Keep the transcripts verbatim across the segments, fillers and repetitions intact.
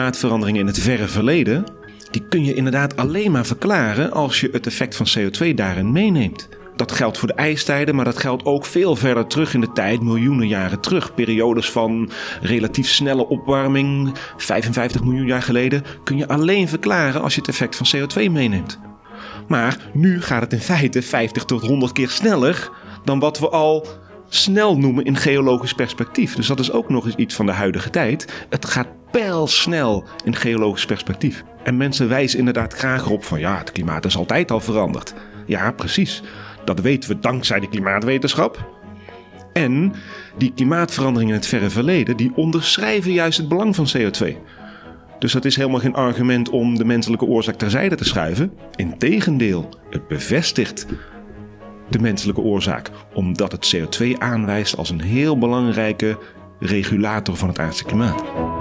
klimaatveranderingen in het verre verleden, die kun je inderdaad alleen maar verklaren als je het effect van C O twee daarin meeneemt. Dat geldt voor de ijstijden, maar dat geldt ook veel verder terug in de tijd, miljoenen jaren terug. Periodes van relatief snelle opwarming, vijfenvijftig miljoen jaar geleden, kun je alleen verklaren als je het effect van C O twee meeneemt. Maar nu gaat het in feite vijftig tot honderd keer sneller dan wat we al snel noemen in geologisch perspectief. Dus dat is ook nog eens iets van de huidige tijd. Het gaat pijlsnel in geologisch perspectief. En mensen wijzen inderdaad graag op van ja, het klimaat is altijd al veranderd. Ja, precies. Dat weten we dankzij de klimaatwetenschap. En die klimaatveranderingen in het verre verleden, die onderschrijven juist het belang van C O twee. Dus dat is helemaal geen argument om de menselijke oorzaak terzijde te schuiven. Integendeel, het bevestigt de menselijke oorzaak, omdat het C O twee aanwijst als een heel belangrijke regulator van het aardse klimaat.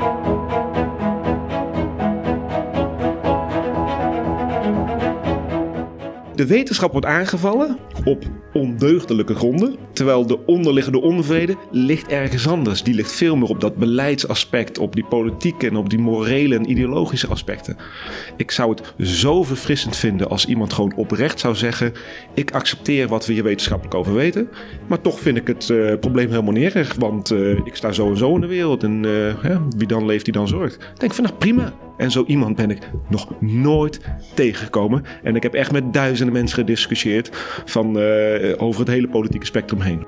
De wetenschap wordt aangevallen op ondeugdelijke gronden, terwijl de onderliggende onvrede ligt ergens anders. Die ligt veel meer op dat beleidsaspect, op die politieke en op die morele en ideologische aspecten. Ik zou het zo verfrissend vinden als iemand gewoon oprecht zou zeggen: ik accepteer wat we hier wetenschappelijk over weten, maar toch vind ik het uh, probleem helemaal niet erg, want uh, ik sta zo en zo in de wereld en uh, hè, wie dan leeft, die dan zorgt. Ik denk van nou prima. En zo iemand ben ik nog nooit tegengekomen. En ik heb echt met duizenden mensen gediscussieerd van, uh, over het hele politieke spectrum heen.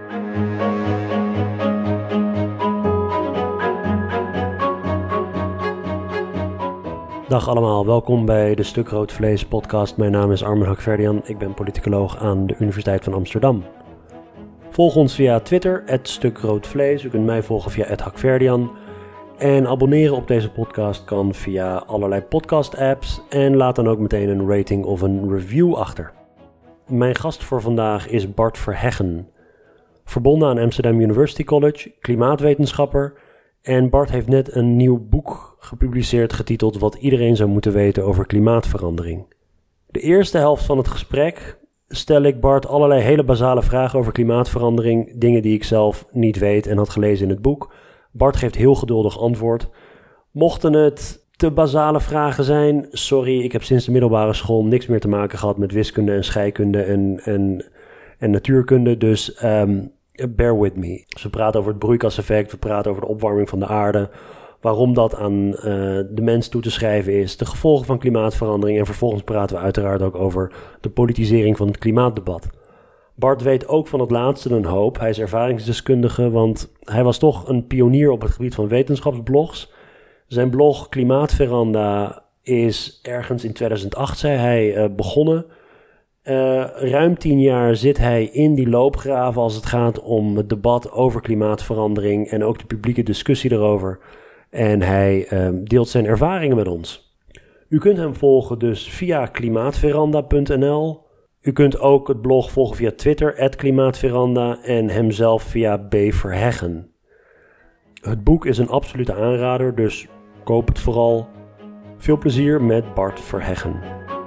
Dag allemaal, welkom bij de Stuk Rood Vlees podcast. Mijn naam is Armen Hakverdian, ik ben politicoloog aan de Universiteit van Amsterdam. Volg ons via Twitter, at Stuk Rood Vlees. U kunt mij volgen via at Hakverdian. En abonneren op deze podcast kan via allerlei podcast-apps. En laat dan ook meteen een rating of een review achter. Mijn gast voor vandaag is Bart Verheggen. Verbonden aan Amsterdam University College, klimaatwetenschapper. En Bart heeft net een nieuw boek gepubliceerd getiteld Wat iedereen zou moeten weten over klimaatverandering. De eerste helft van het gesprek stel ik Bart allerlei hele basale vragen over klimaatverandering. Dingen die ik zelf niet weet en had gelezen in het boek. Bart geeft heel geduldig antwoord. Mochten het te basale vragen zijn, sorry, ik heb sinds de middelbare school niks meer te maken gehad met wiskunde en scheikunde en, en, en natuurkunde, dus um, bear with me. Dus we praten over het broeikaseffect, we praten over de opwarming van de aarde, waarom dat aan uh, de mens toe te schrijven is, de gevolgen van klimaatverandering en vervolgens praten we uiteraard ook over de politisering van het klimaatdebat. Bart weet ook van het laatste een hoop. Hij is ervaringsdeskundige, want hij was toch een pionier op het gebied van wetenschapsblogs. Zijn blog Klimaatveranda is ergens in tweeduizend acht, zei hij, uh, begonnen. Uh, ruim tien jaar zit hij in die loopgraven als het gaat om het debat over klimaatverandering en ook de publieke discussie erover. En hij uh, deelt zijn ervaringen met ons. U kunt hem volgen dus via klimaatveranda punt n l. U kunt ook het blog volgen via Twitter, at klimaatveranda, en hemzelf via B. Verheggen. Het boek is een absolute aanrader, dus koop het vooral. Veel plezier met Bart Verheggen.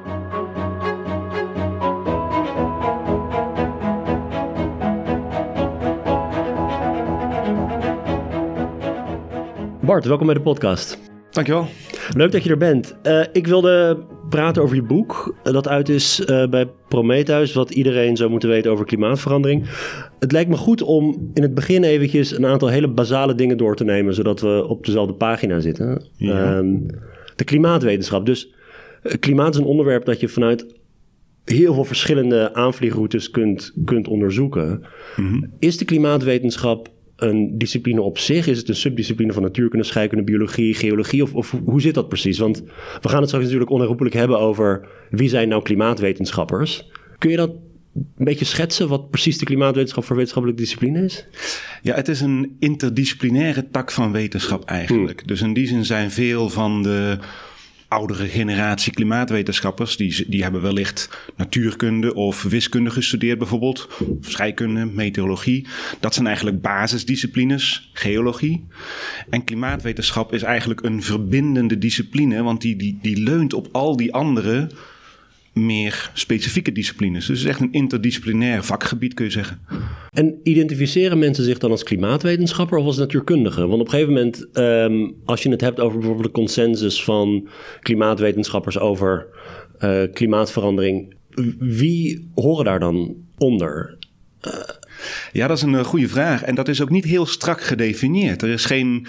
Bart, welkom bij de podcast. Dankjewel. Leuk dat je er bent. Uh, ik wilde praten over je boek uh, dat uit is uh, bij Prometheus, wat iedereen zou moeten weten over klimaatverandering. Het lijkt me goed om in het begin eventjes een aantal hele basale dingen door te nemen, zodat we op dezelfde pagina zitten. Ja. Uh, de klimaatwetenschap. Dus uh, klimaat is een onderwerp dat je vanuit heel veel verschillende aanvliegroutes kunt, kunt onderzoeken. Mm-hmm. Is de klimaatwetenschap een discipline op zich? Is het een subdiscipline van natuurkunde, scheikunde, biologie, geologie? Of, of hoe zit dat precies? Want we gaan het straks natuurlijk onherroepelijk hebben over wie zijn nou klimaatwetenschappers. Kun je dat een beetje schetsen wat precies de klimaatwetenschap voor wetenschappelijke discipline is? Ja, het is een interdisciplinaire tak van wetenschap eigenlijk. Hmm. Dus in die zin zijn veel van de oudere generatie klimaatwetenschappers, die, die hebben wellicht natuurkunde of wiskunde gestudeerd bijvoorbeeld, of scheikunde, meteorologie. Dat zijn eigenlijk basisdisciplines, geologie. En klimaatwetenschap is eigenlijk een verbindende discipline, want die, die, die leunt op al die andere meer specifieke disciplines. Dus het is echt een interdisciplinair vakgebied, kun je zeggen. En identificeren mensen zich dan als klimaatwetenschapper of als natuurkundige? Want op een gegeven moment, um, als je het hebt over bijvoorbeeld de consensus van klimaatwetenschappers over uh, klimaatverandering, wie horen daar dan onder? Uh, Ja, dat is een uh, goede vraag. En dat is ook niet heel strak gedefinieerd. Er is geen...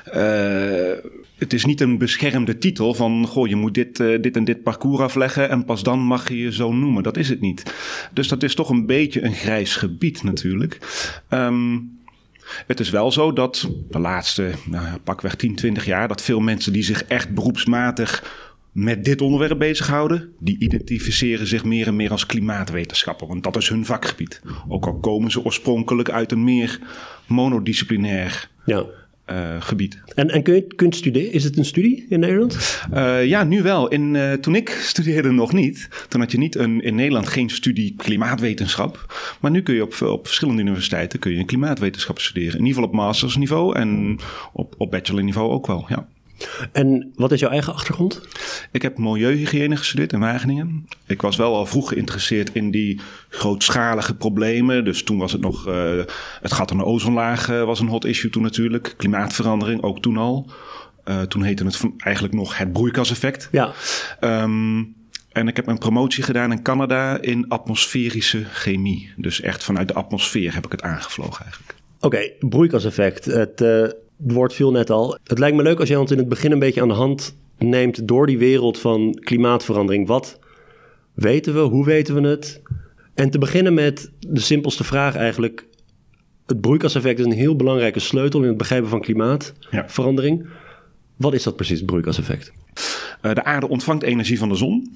Uh, het is niet een beschermde titel van... goh, je moet dit, uh, dit en dit parcours afleggen... en pas dan mag je je zo noemen. Dat is het niet. Dus dat is toch een beetje een grijs gebied natuurlijk. Um, het is wel zo dat de laatste nou, pakweg tien, twintig jaar... dat veel mensen die zich echt beroepsmatig... met dit onderwerp bezighouden, die identificeren zich meer en meer als klimaatwetenschapper. Want dat is hun vakgebied. Ook al komen ze oorspronkelijk uit een meer monodisciplinair ja. uh, gebied. En, en kun je kunt studeren? Is het een studie in Nederland? Uh, ja, nu wel. In, uh, toen ik studeerde nog niet. Toen had je niet een, in Nederland geen studie klimaatwetenschap. Maar nu kun je op, op verschillende universiteiten kun je een klimaatwetenschap studeren. In ieder geval op mastersniveau en op, op bachelorniveau ook wel, ja. En wat is jouw eigen achtergrond? Ik heb milieuhygiëne gestudeerd in Wageningen. Ik was wel al vroeg geïnteresseerd in die grootschalige problemen. Dus toen was het nog... Uh, het gat aan de ozonlaag uh, was een hot issue toen natuurlijk. Klimaatverandering ook toen al. Uh, toen heette het eigenlijk nog het broeikaseffect. Ja. Um, en ik heb een promotie gedaan in Canada in atmosferische chemie. Dus echt vanuit de atmosfeer heb ik het aangevlogen eigenlijk. Oké, okay, broeikaseffect. Het... Uh... Het woord viel net al. Het lijkt me leuk als jij ons in het begin een beetje aan de hand neemt door die wereld van klimaatverandering. Wat weten we? Hoe weten we het? En te beginnen met de simpelste vraag eigenlijk. Het broeikaseffect is een heel belangrijke sleutel in het begrijpen van klimaatverandering. Ja. Wat is dat precies, het broeikaseffect? Uh, de aarde ontvangt energie van de zon.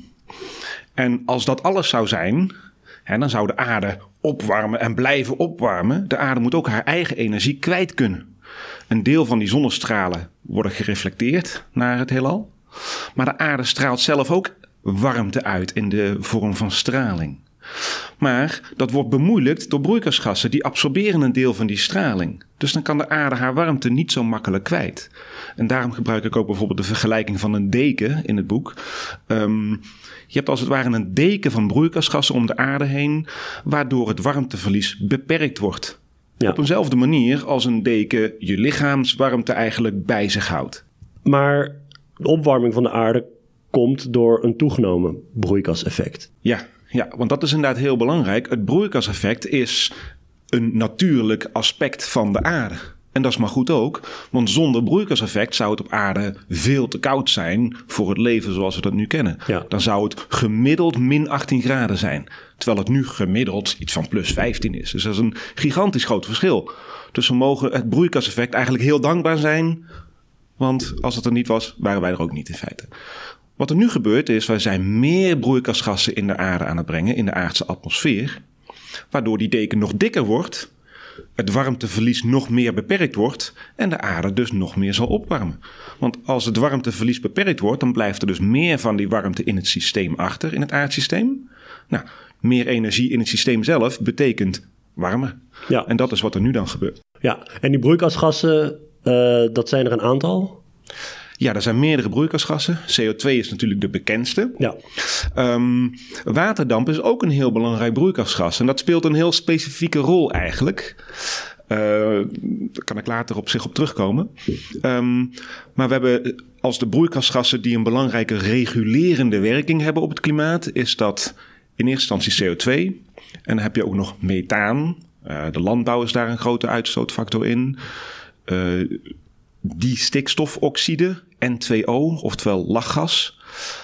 En als dat alles zou zijn... Hè, dan zou de aarde opwarmen en blijven opwarmen. De aarde moet ook haar eigen energie kwijt kunnen. Een deel van die zonnestralen worden gereflecteerd naar het heelal. Maar de aarde straalt zelf ook warmte uit in de vorm van straling. Maar dat wordt bemoeilijkt door broeikasgassen. Die absorberen een deel van die straling. Dus dan kan de aarde haar warmte niet zo makkelijk kwijt. En daarom gebruik ik ook bijvoorbeeld de vergelijking van een deken in het boek. Um, je hebt als het ware een deken van broeikasgassen om de aarde heen, waardoor het warmteverlies beperkt wordt. Ja. Op eenzelfde manier als een deken je lichaamswarmte eigenlijk bij zich houdt. Maar de opwarming van de aarde komt door een toegenomen broeikaseffect. Ja, ja, want dat is inderdaad heel belangrijk. Het broeikaseffect is een natuurlijk aspect van de aarde. En dat is maar goed ook, want zonder broeikaseffect zou het op aarde veel te koud zijn voor het leven zoals we dat nu kennen. Ja. Dan zou het gemiddeld min achttien graden zijn. Terwijl het nu gemiddeld iets van plus vijftien is. Dus dat is een gigantisch groot verschil. Dus we mogen het broeikaseffect eigenlijk heel dankbaar zijn. Want als het er niet was, waren wij er ook niet in feite. Wat er nu gebeurt is, wij zijn meer broeikasgassen in de aarde aan het brengen, in de aardse atmosfeer. Waardoor die deken nog dikker wordt, het warmteverlies nog meer beperkt wordt en de aarde dus nog meer zal opwarmen. Want als het warmteverlies beperkt wordt, dan blijft er dus meer van die warmte in het systeem achter, in het aardsysteem. Nou, meer energie in het systeem zelf betekent warmer. Ja. En dat is wat er nu dan gebeurt. Ja, en die broeikasgassen, uh, dat zijn er een aantal? Ja, er zijn meerdere broeikasgassen. C O twee is natuurlijk de bekendste. Ja. Um, waterdamp is ook een heel belangrijk broeikasgas. En dat speelt een heel specifieke rol eigenlijk. Uh, daar kan ik later op zich op terugkomen. Um, maar we hebben als de broeikasgassen die een belangrijke regulerende werking hebben op het klimaat, is dat in eerste instantie C O twee. En dan heb je ook nog methaan. Uh, de landbouw is daar een grote uitstootfactor in. Uh, die stikstofoxide, N twee O, oftewel lachgas.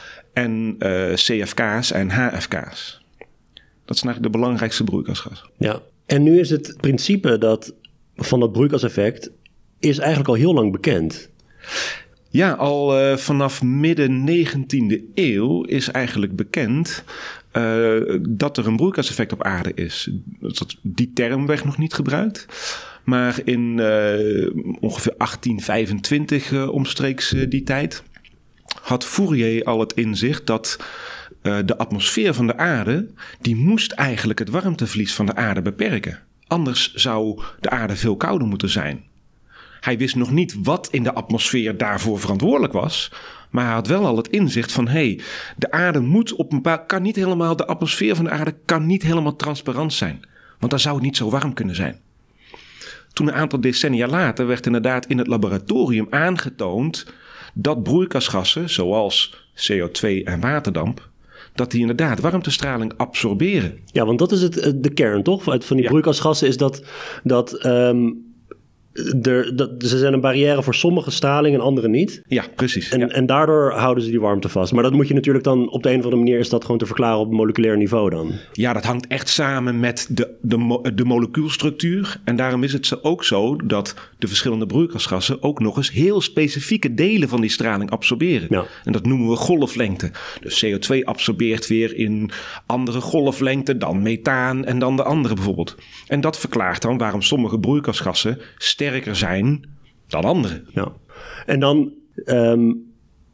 En uh, C F K's en H F K's. Dat zijn eigenlijk de belangrijkste broeikasgassen. Ja, en nu is het principe dat van dat broeikaseffect is eigenlijk al heel lang bekend. Ja, al uh, vanaf midden negentiende eeuw is eigenlijk bekend uh, dat er een broeikaseffect op aarde is. Dat, die term werd nog niet gebruikt. Maar in uh, ongeveer achttien vijfentwintig uh, omstreeks uh, die tijd had Fourier al het inzicht dat uh, de atmosfeer van de aarde, die moest eigenlijk het warmteverlies van de aarde beperken. Anders zou de aarde veel kouder moeten zijn. Hij wist nog niet wat in de atmosfeer daarvoor verantwoordelijk was. Maar hij had wel al het inzicht van, hé, hey, de aarde moet op een bepaald, kan niet helemaal, de atmosfeer van de aarde kan niet helemaal transparant zijn. Want dan zou het niet zo warm kunnen zijn. Toen een aantal decennia later werd inderdaad in het laboratorium aangetoond dat broeikasgassen, zoals C O twee en waterdamp, dat die inderdaad warmtestraling absorberen. Ja, want dat is het, de kern, toch? Van die ja. broeikasgassen is dat, dat, um, er, dat ze zijn een barrière voor sommige straling en andere niet. Ja, precies. En, ja. en daardoor houden ze die warmte vast. Maar dat moet je natuurlijk dan op de een of andere manier is dat gewoon te verklaren op moleculair niveau dan. Ja, dat hangt echt samen met de, de, de molecuulstructuur. En daarom is het ook zo dat de verschillende broeikasgassen ook nog eens heel specifieke delen van die straling absorberen. Ja. En dat noemen we golflengte. Dus C O twee absorbeert weer in andere golflengte dan methaan en dan de andere bijvoorbeeld. En dat verklaart dan waarom sommige broeikasgassen sterker zijn dan andere. Ja. En dan um,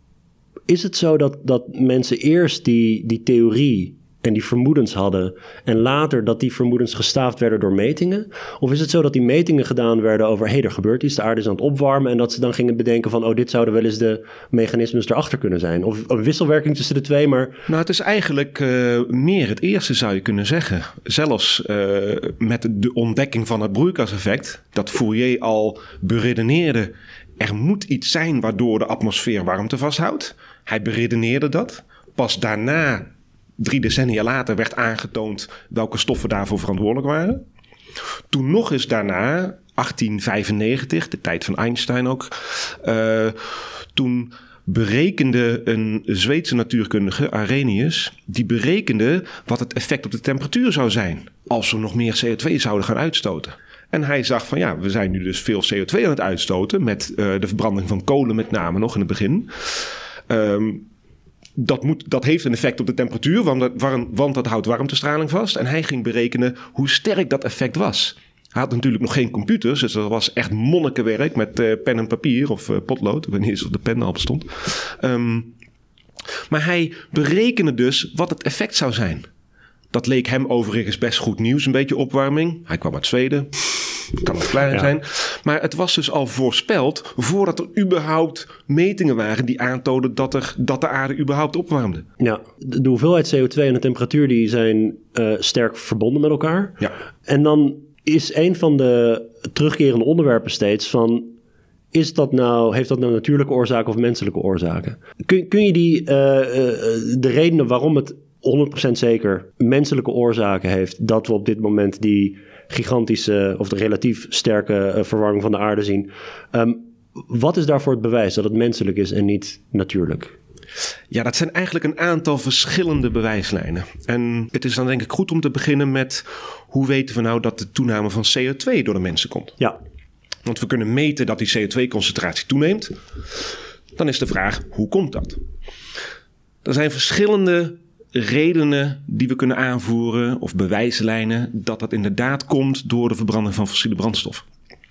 is het zo dat, dat mensen eerst die, die theorie en die vermoedens hadden en later dat die vermoedens gestaafd werden door metingen? Of is het zo dat die metingen gedaan werden over, hé, hey, er gebeurt iets, de aarde is aan het opwarmen en dat ze dan gingen bedenken van, oh, dit zouden wel eens de mechanismes erachter kunnen zijn? Of een wisselwerking tussen de twee, maar... Nou, het is eigenlijk uh, meer het eerste, zou je kunnen zeggen. Zelfs uh, met de ontdekking van het broeikaseffect, dat Fourier al beredeneerde, er moet iets zijn waardoor de atmosfeer warmte vasthoudt. Hij beredeneerde dat. Pas daarna, drie decennia later, werd aangetoond welke stoffen daarvoor verantwoordelijk waren. Toen nog eens daarna, achttien vijfennegentig, de tijd van Einstein ook, uh, toen berekende een Zweedse natuurkundige, Arrhenius, die berekende wat het effect op de temperatuur zou zijn als we nog meer C O twee zouden gaan uitstoten. En hij zag van ja, we zijn nu dus veel C O twee aan het uitstoten met uh, de verbranding van kolen met name nog in het begin. Um, Dat, moet, dat heeft een effect op de temperatuur, want dat, want dat houdt warmtestraling vast. En hij ging berekenen hoe sterk dat effect was. Hij had natuurlijk nog geen computers, dus dat was echt monnikenwerk met uh, pen en papier of uh, potlood. Ik weet niet eens of de pen al bestond. Um, maar hij berekende dus wat het effect zou zijn. Dat leek hem overigens best goed nieuws, een beetje opwarming. Hij kwam uit Zweden. Kan nog kleiner ja. zijn. Maar het was dus al voorspeld voordat er überhaupt metingen waren die aantoonden dat, er, dat de aarde überhaupt opwarmde. Ja, de, de hoeveelheid C O twee en de temperatuur die zijn uh, sterk verbonden met elkaar. Ja. En dan is een van de terugkerende onderwerpen steeds van, is dat nou, heeft dat nou natuurlijke oorzaken of menselijke oorzaken? Kun, kun je die, uh, uh, de redenen waarom het honderd procent zeker menselijke oorzaken heeft, dat we op dit moment die gigantische of de relatief sterke uh, verwarming van de aarde zien. Um, wat is daarvoor het bewijs dat het menselijk is en niet natuurlijk? Ja, dat zijn eigenlijk een aantal verschillende bewijslijnen. En het is dan denk ik goed om te beginnen met hoe weten we nou dat de toename van C O twee door de mensen komt? Ja. Want we kunnen meten dat die C O twee concentratie toeneemt. Dan is de vraag, hoe komt dat? Er zijn verschillende redenen die we kunnen aanvoeren of bewijslijnen dat dat inderdaad komt door de verbranding van fossiele brandstof.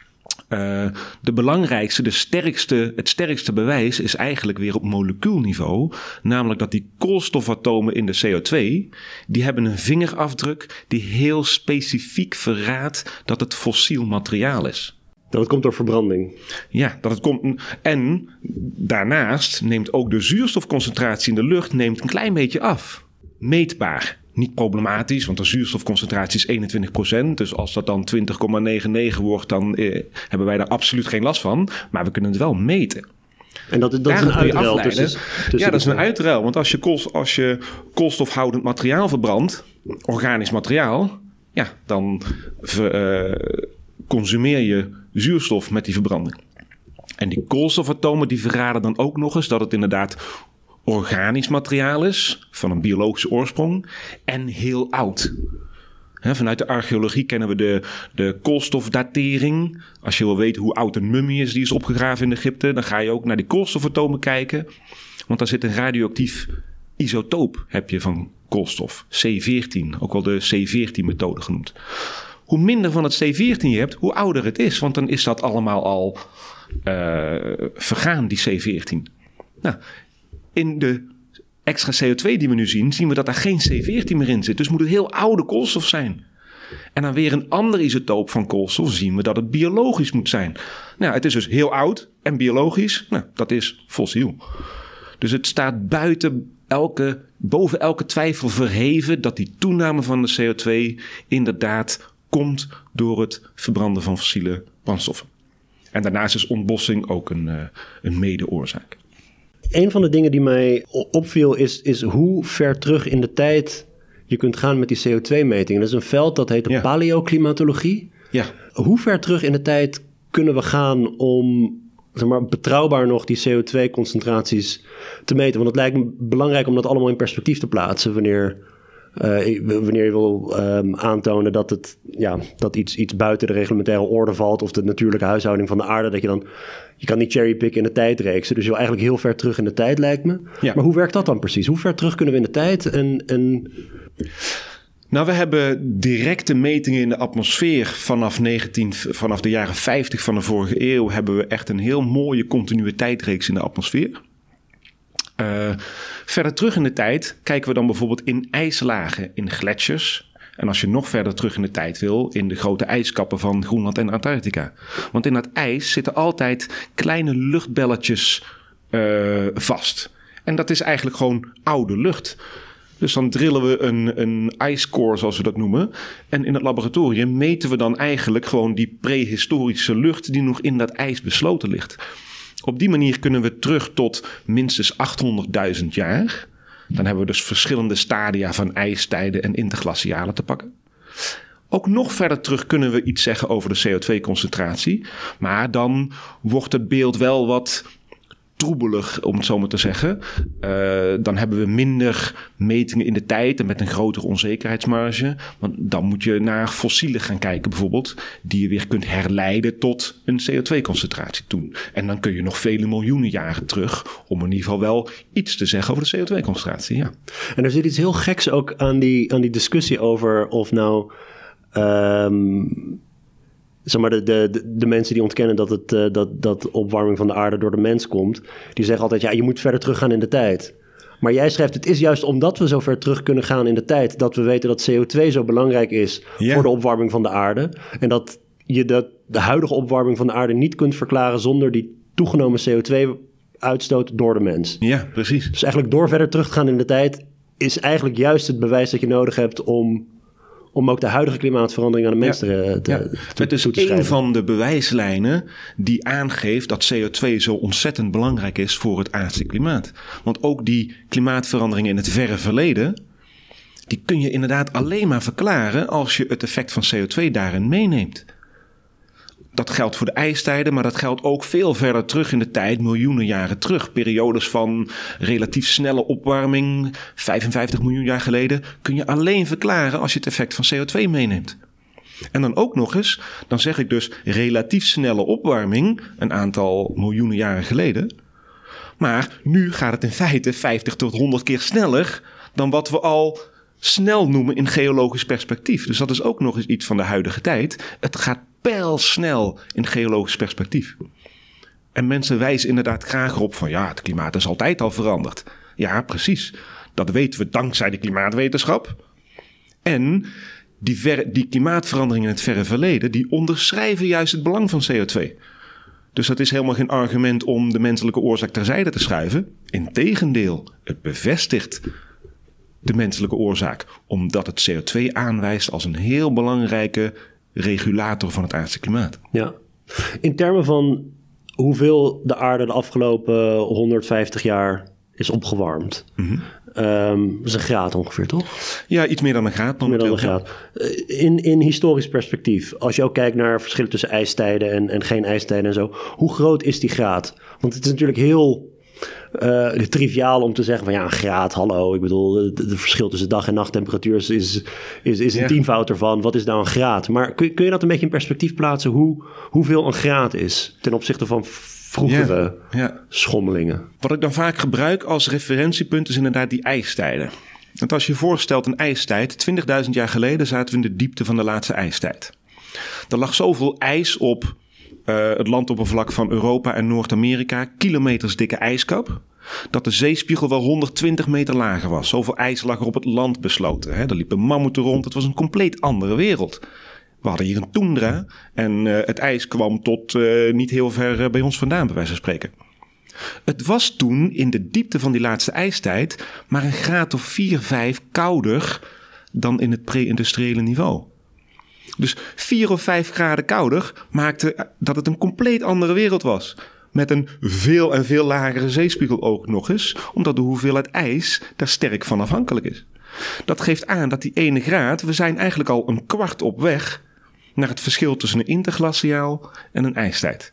Uh, de belangrijkste, de sterkste, het sterkste bewijs is eigenlijk weer op molecuulniveau. Namelijk dat die koolstofatomen in de C O twee, die hebben een vingerafdruk die heel specifiek verraadt dat het fossiel materiaal is. Dat het komt door verbranding. Ja, dat het komt. En daarnaast neemt ook de zuurstofconcentratie in de lucht neemt een klein beetje af. Meetbaar. Niet problematisch, want de zuurstofconcentratie is eenentwintig procent. Dus als dat dan twintig komma negenennegentig wordt, dan eh, hebben wij daar absoluut geen last van. Maar we kunnen het wel meten. En dat, dat is een uitruil tussen, tussen Ja, dat is een uitruil. Want als je, kool, als je koolstofhoudend materiaal verbrandt, organisch materiaal, ja, dan ver, uh, consumeer je zuurstof met die verbranding. En die koolstofatomen die verraden dan ook nog eens dat het inderdaad organisch materiaal is, van een biologische oorsprong en heel oud. He, vanuit de archeologie kennen we de, de koolstofdatering. Als je wil weten hoe oud een mummie is die is opgegraven in Egypte, dan ga je ook naar die koolstofatomen kijken. Want daar zit een radioactief isotoop heb je van koolstof, C veertien, ook wel de C veertien methode genoemd. Hoe minder van het C veertien je hebt, hoe ouder het is, want dan is dat allemaal al uh, vergaan, die C veertien. Nou, in de extra C O twee die we nu zien, zien we dat daar geen C veertien meer in zit. Dus moet het heel oude koolstof zijn. En dan weer een ander isotoop van koolstof zien we dat het biologisch moet zijn. Nou, het is dus heel oud en biologisch. Nou, dat is fossiel. Dus het staat buiten elke, boven elke twijfel verheven dat die toename van de C O twee inderdaad komt door het verbranden van fossiele brandstoffen. En daarnaast is ontbossing ook een, uh, een mede-oorzaak. Een van de dingen die mij opviel is, is hoe ver terug in de tijd je kunt gaan met die C O twee metingen. Dat is een veld dat heet de ja. paleoclimatologie. Ja. Hoe ver terug in de tijd kunnen we gaan om zeg maar, betrouwbaar nog die C O twee concentraties te meten? Want het lijkt me belangrijk om dat allemaal in perspectief te plaatsen wanneer, uh, wanneer je wil um, aantonen dat, het, ja, dat iets, iets buiten de reglementaire orde valt of de natuurlijke huishouding van de aarde. Dat je dan, je kan niet cherrypicken in de tijdreeksen. Dus je wil eigenlijk heel ver terug in de tijd, lijkt me. Ja. Maar hoe werkt dat dan precies? Hoe ver terug kunnen we in de tijd? En, en... Nou, we hebben directe metingen in de atmosfeer vanaf, negentien, vanaf de jaren vijftig van de vorige eeuw hebben we echt een heel mooie continuïteitsreeks in de atmosfeer. Uh, verder terug in de tijd kijken we dan bijvoorbeeld in ijslagen, in gletsjers. En als je nog verder terug in de tijd wil, in de grote ijskappen van Groenland en Antarctica. Want in dat ijs zitten altijd kleine luchtbelletjes uh, vast. En dat is eigenlijk gewoon oude lucht. Dus dan drillen we een, een ice core, zoals we dat noemen. En in het laboratorium meten we dan eigenlijk gewoon die prehistorische lucht die nog in dat ijs besloten ligt. Op die manier kunnen we terug tot minstens achthonderdduizend jaar. Dan hebben we dus verschillende stadia van ijstijden en interglacialen te pakken. Ook nog verder terug kunnen we iets zeggen over de C O twee concentratie. Maar dan wordt het beeld wel wat troebelig, om het zo maar te zeggen. Uh, dan hebben we minder metingen in de tijd en met een grotere onzekerheidsmarge. Want dan moet je naar fossielen gaan kijken bijvoorbeeld, die je weer kunt herleiden tot een C O twee concentratie toen. En dan kun je nog vele miljoenen jaren terug om in ieder geval wel iets te zeggen over de C O twee concentratie. Ja. En er zit iets heel geks ook aan die, aan die discussie over of nou Um, zeg maar de, de, de mensen die ontkennen dat, het, uh, dat, dat opwarming van de aarde door de mens komt, die zeggen altijd, ja, je moet verder teruggaan in de tijd. Maar jij schrijft, het is juist omdat we zo ver terug kunnen gaan in de tijd, dat we weten dat C O twee zo belangrijk is ja. voor de opwarming van de aarde. En dat je dat, de huidige opwarming van de aarde niet kunt verklaren zonder die toegenomen C O twee uitstoot door de mens. Ja, precies. Dus eigenlijk door verder terug te gaan in de tijd is eigenlijk juist het bewijs dat je nodig hebt om om ook de huidige klimaatverandering aan de mens ja. te, te, ja. te, Het is toe te schrijven. een van de bewijslijnen die aangeeft dat C O twee zo ontzettend belangrijk is voor het aardse klimaat. Want ook die klimaatveranderingen in het verre verleden, die kun je inderdaad alleen maar verklaren als je het effect van C O twee daarin meeneemt. Dat geldt voor de ijstijden, maar dat geldt ook veel verder terug in de tijd, miljoenen jaren terug. Periodes van relatief snelle opwarming, vijfenvijftig miljoen jaar geleden, kun je alleen verklaren als je het effect van C O twee meeneemt. En dan ook nog eens, dan zeg ik dus relatief snelle opwarming, een aantal miljoenen jaren geleden. Maar nu gaat het in feite vijftig tot honderd keer sneller dan wat we al snel noemen in geologisch perspectief. Dus dat is ook nog eens iets van de huidige tijd. Het gaat pijlsnel in geologisch perspectief. En mensen wijzen inderdaad graag erop van ja, het klimaat is altijd al veranderd. Ja, precies. Dat weten we dankzij de klimaatwetenschap. En die, ver, die klimaatveranderingen in het verre verleden, die onderschrijven juist het belang van C O twee. Dus dat is helemaal geen argument om de menselijke oorzaak terzijde te schuiven. Integendeel, het bevestigt de menselijke oorzaak, omdat het C O twee aanwijst als een heel belangrijke regulator van het aardse klimaat. Ja. In termen van hoeveel de aarde de afgelopen honderdvijftig jaar is opgewarmd. Mm-hmm. Um, dat is een graad ongeveer, toch? Ja, iets meer dan een graad. Meer dan een graad. In, in historisch perspectief, als je ook kijkt naar verschillen tussen ijstijden en, en geen ijstijden en zo, hoe groot is die graad? Want het is natuurlijk heel Uh, triviaal om te zeggen van ja, een graad, hallo. Ik bedoel, het verschil tussen dag- en nachttemperatuur is, is, is, is een ja. tienvoud ervan. Wat is nou een graad? Maar kun, kun je dat een beetje in perspectief plaatsen? Hoe, hoeveel een graad is ten opzichte van vroegere ja. Ja. schommelingen? Wat ik dan vaak gebruik als referentiepunt is inderdaad die ijstijden. Want als je je voorstelt een ijstijd, twintigduizend jaar geleden zaten we in de diepte van de laatste ijstijd. Er lag zoveel ijs op Uh, het landoppervlak van Europa en Noord-Amerika, kilometers dikke ijskap. dat de zeespiegel wel honderdtwintig meter lager was. Zoveel ijs lag er op het land besloten. Hè? Er liepen mammoeten rond. Het was een compleet andere wereld. We hadden hier een toendra en uh, het ijs kwam tot uh, niet heel ver uh, bij ons vandaan, bij wijze van spreken. Het was toen in de diepte van die laatste ijstijd maar een graad of vier, vijf kouder dan in het pre-industriële niveau. Dus vier of vijf graden kouder maakte dat het een compleet andere wereld was. Met een veel en veel lagere zeespiegel ook nog eens, omdat de hoeveelheid ijs daar sterk van afhankelijk is. Dat geeft aan dat die ene graad, we zijn eigenlijk al een kwart op weg naar het verschil tussen een interglaciaal en een ijstijd.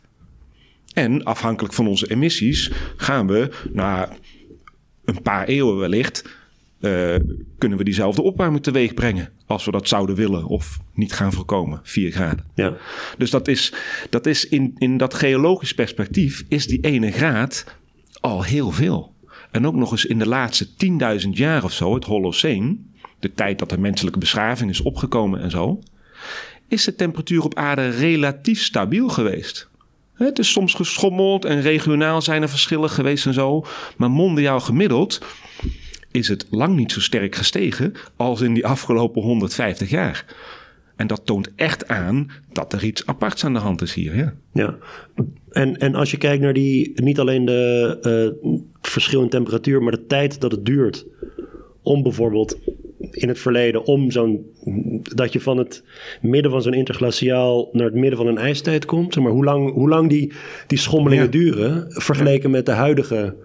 En afhankelijk van onze emissies gaan we na een paar eeuwen wellicht Uh, kunnen we diezelfde opwarming teweeg brengen als we dat zouden willen of niet gaan voorkomen, vier graden. Ja. Dus dat is, dat is in, in dat geologisch perspectief is die ene graad al heel veel. En ook nog eens in de laatste tienduizend jaar of zo, het Holoceen, de tijd dat de menselijke beschaving is opgekomen en zo, is de temperatuur op aarde relatief stabiel geweest. Het is soms geschommeld en regionaal zijn er verschillen geweest en zo, maar mondiaal gemiddeld is het lang niet zo sterk gestegen als in die afgelopen honderdvijftig jaar. En dat toont echt aan dat er iets aparts aan de hand is hier. Ja, ja. En, en als je kijkt naar die, niet alleen de uh, verschil in temperatuur, maar de tijd dat het duurt om bijvoorbeeld in het verleden, om zo'n, dat je van het midden van zo'n interglaciaal naar het midden van een ijstijd komt. Zeg maar, hoe lang, hoe lang die, die schommelingen ja. duren, vergeleken ja. met de huidige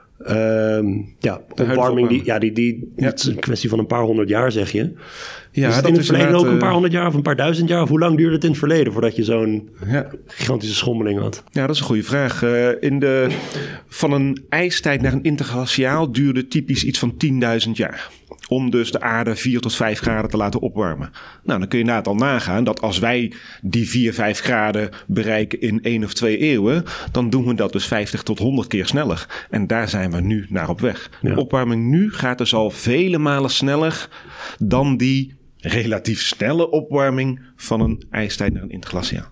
Um, ja, opwarming, die, ja, die, die, ja. Het is een kwestie van een paar honderd jaar, zeg je. Ja, is het dat in het verleden ook een paar honderd jaar of een paar duizend jaar? Of hoe lang duurde het in het verleden voordat je zo'n ja. gigantische schommeling had? Ja, dat is een goede vraag. Uh, in de, van een ijstijd naar een interglaciaal duurde typisch iets van tienduizend jaar. Om dus de aarde vier tot vijf graden te laten opwarmen. Nou, dan kun je inderdaad al nagaan dat als wij die vier, vijf graden bereiken in één of twee eeuwen, dan doen we dat dus vijftig tot honderd keer sneller. En daar zijn we nu naar op weg. Ja. De opwarming nu gaat dus al vele malen sneller dan die relatief snelle opwarming van een ijstijd naar een interglaciaal.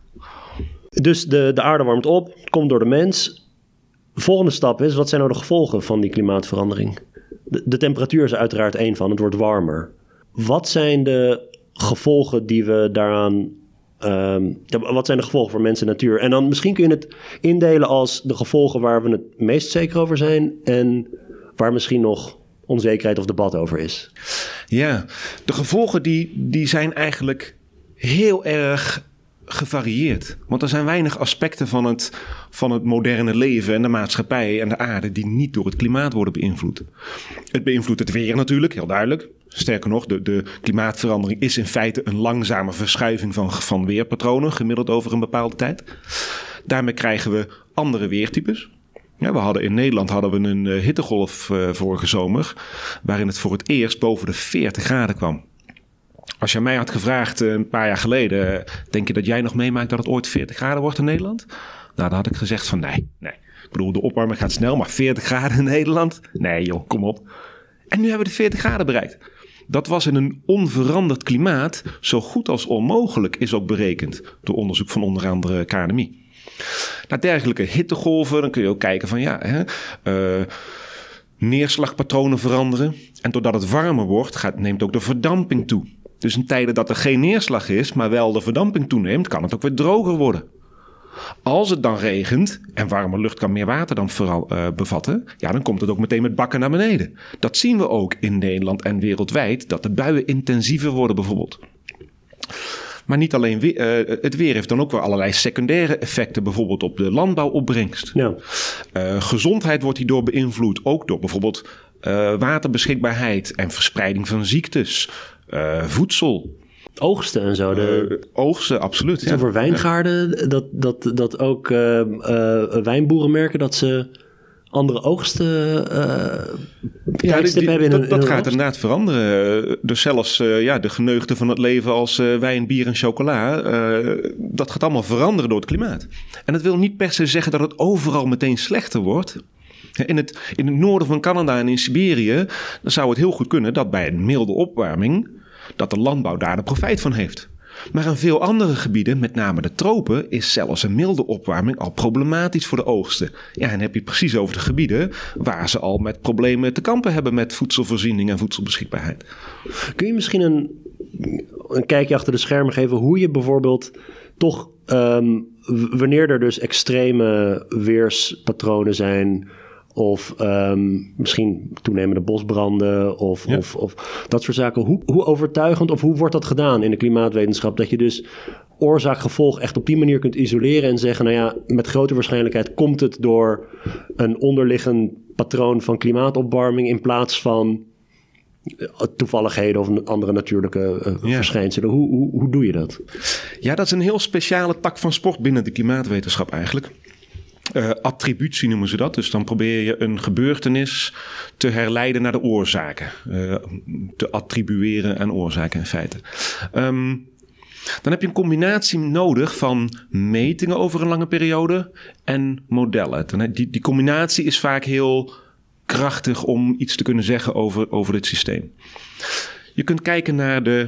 Dus de, de aarde warmt op, komt door de mens. De volgende stap is, wat zijn nou de gevolgen van die klimaatverandering? De, de temperatuur is uiteraard één van, het wordt warmer. Wat zijn de gevolgen die we daaraan... Um, wat zijn de gevolgen voor mens en natuur? En dan misschien kun je het indelen als de gevolgen waar we het meest zeker over zijn en waar misschien nog onzekerheid of debat over is. Ja, de gevolgen die, die zijn eigenlijk heel erg gevarieerd. Want er zijn weinig aspecten van het, van het moderne leven en de maatschappij en de aarde die niet door het klimaat worden beïnvloed. Het beïnvloedt het weer natuurlijk, heel duidelijk. Sterker nog, de, de klimaatverandering is in feite een langzame verschuiving van, van weerpatronen, gemiddeld over een bepaalde tijd. Daarmee krijgen we andere weertypes. Ja, we hadden in Nederland hadden we een uh, hittegolf uh, vorige zomer, waarin het voor het eerst boven de veertig graden kwam. Als je mij had gevraagd uh, een paar jaar geleden, uh, denk je dat jij nog meemaakt dat het ooit veertig graden wordt in Nederland? Nou, dan had ik gezegd van nee, nee. Ik bedoel, de opwarming gaat snel, maar veertig graden in Nederland? Nee joh, kom op. En nu hebben we de veertig graden bereikt. Dat was in een onveranderd klimaat zo goed als onmogelijk, is ook berekend door onderzoek van onder andere K N M I. Na dergelijke hittegolven, dan kun je ook kijken van ja, hè, uh, neerslagpatronen veranderen. En doordat het warmer wordt, gaat, neemt ook de verdamping toe. Dus in tijden dat er geen neerslag is, maar wel de verdamping toeneemt, kan het ook weer droger worden. Als het dan regent, en warme lucht kan meer water dan vooral uh, bevatten, ja, dan komt het ook meteen met bakken naar beneden. Dat zien we ook in Nederland en wereldwijd, dat de buien intensiever worden bijvoorbeeld. Maar niet alleen we- uh, het weer heeft dan ook weer allerlei secundaire effecten, bijvoorbeeld op de landbouwopbrengst. Ja. Uh, gezondheid wordt hierdoor beïnvloed, ook door bijvoorbeeld uh, waterbeschikbaarheid en verspreiding van ziektes, uh, voedsel. Oogsten en zo. De... Uh, oogsten, absoluut. Ja. Voor wijngaarden, ja. dat, dat, dat ook uh, uh, wijnboeren merken dat ze andere oogsten uh, ja, die, die, hebben in Dat, een, dat in gaat oogst. Inderdaad veranderen. Dus zelfs uh, ja, de geneugten van het leven als uh, wijn, bier en chocola, uh, dat gaat allemaal veranderen door het klimaat. En dat wil niet per se zeggen dat het overal meteen slechter wordt. In het, in het noorden van Canada en in Siberië, dan zou het heel goed kunnen dat bij een milde opwarming dat de landbouw daar de profijt van heeft. Maar in veel andere gebieden, met name de tropen, is zelfs een milde opwarming al problematisch voor de oogsten. Ja, en dan heb je het precies over de gebieden waar ze al met problemen te kampen hebben met voedselvoorziening en voedselbeschikbaarheid. Kun je misschien een, een kijkje achter de schermen geven hoe je bijvoorbeeld toch, um, wanneer er dus extreme weerspatronen zijn, of um, misschien toenemende bosbranden of, ja. of, of dat soort zaken. Hoe, hoe overtuigend of hoe wordt dat gedaan in de klimaatwetenschap? Dat je dus oorzaak-gevolg echt op die manier kunt isoleren en zeggen, nou ja, met grote waarschijnlijkheid komt het door een onderliggend patroon van klimaatopwarming in plaats van toevalligheden of andere natuurlijke uh, ja. verschijnselen. Hoe, hoe, hoe doe je dat? Ja, dat is een heel speciale tak van sport binnen de klimaatwetenschap eigenlijk. Uh, attributie noemen ze dat. Dus dan probeer je een gebeurtenis te herleiden naar de oorzaken. Uh, te attribueren aan oorzaken in feite. Um, dan heb je een combinatie nodig van metingen over een lange periode en modellen. Dan, die, die combinatie is vaak heel krachtig om iets te kunnen zeggen over, over dit systeem. Je kunt kijken naar de,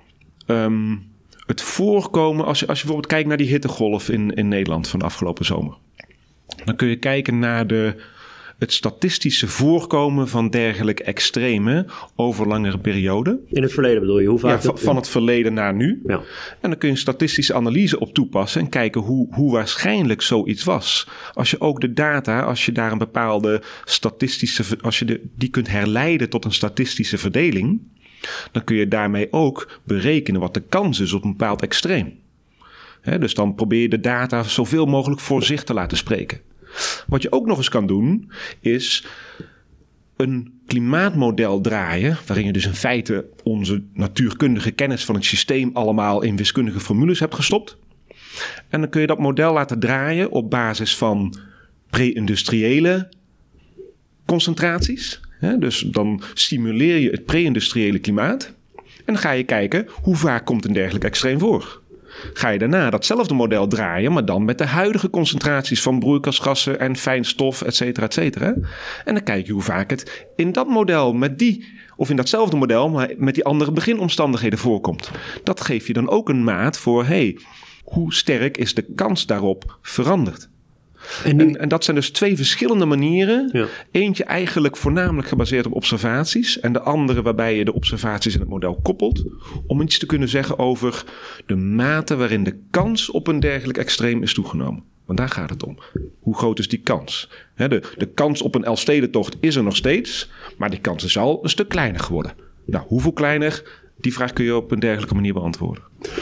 um, het voorkomen. Als je, als je bijvoorbeeld kijkt naar die hittegolf in, in Nederland van de afgelopen zomer. Dan kun je kijken naar de, het statistische voorkomen van dergelijke extreme over langere perioden. In het verleden bedoel je? Hoe vaak ja, van, van het verleden naar nu. Ja. En dan kun je een statistische analyse op toepassen en kijken hoe, hoe waarschijnlijk zoiets was. Als je ook de data, als je daar een bepaalde statistische, als je de, die kunt herleiden tot een statistische verdeling, dan kun je daarmee ook berekenen wat de kans is op een bepaald extreem. He, dus dan probeer je de data zoveel mogelijk voor zich te laten spreken. Wat je ook nog eens kan doen, is een klimaatmodel draaien, waarin je dus in feite onze natuurkundige kennis van het systeem allemaal in wiskundige formules hebt gestopt. En dan kun je dat model laten draaien op basis van pre-industriële concentraties. He, dus dan simuleer je het pre-industriële klimaat. En dan ga je kijken hoe vaak komt een dergelijk extreem voor. Ga je daarna datzelfde model draaien, maar dan met de huidige concentraties van broeikasgassen en fijnstof, et cetera, et cetera. En dan kijk je hoe vaak het in dat model met die, of in datzelfde model, maar met die andere beginomstandigheden voorkomt. Dat geeft je dan ook een maat voor, hey, hoe sterk is de kans daarop veranderd? En, nu... en, en dat zijn dus twee verschillende manieren. Ja. Eentje eigenlijk voornamelijk gebaseerd op observaties. En de andere waarbij je de observaties in het model koppelt. Om iets te kunnen zeggen over de mate waarin de kans op een dergelijk extreem is toegenomen. Want daar gaat het om. Hoe groot is die kans? He, de, de kans op een Elfstedentocht is er nog steeds. Maar die kans is al een stuk kleiner geworden. Nou, hoeveel kleiner? Die vraag kun je op een dergelijke manier beantwoorden.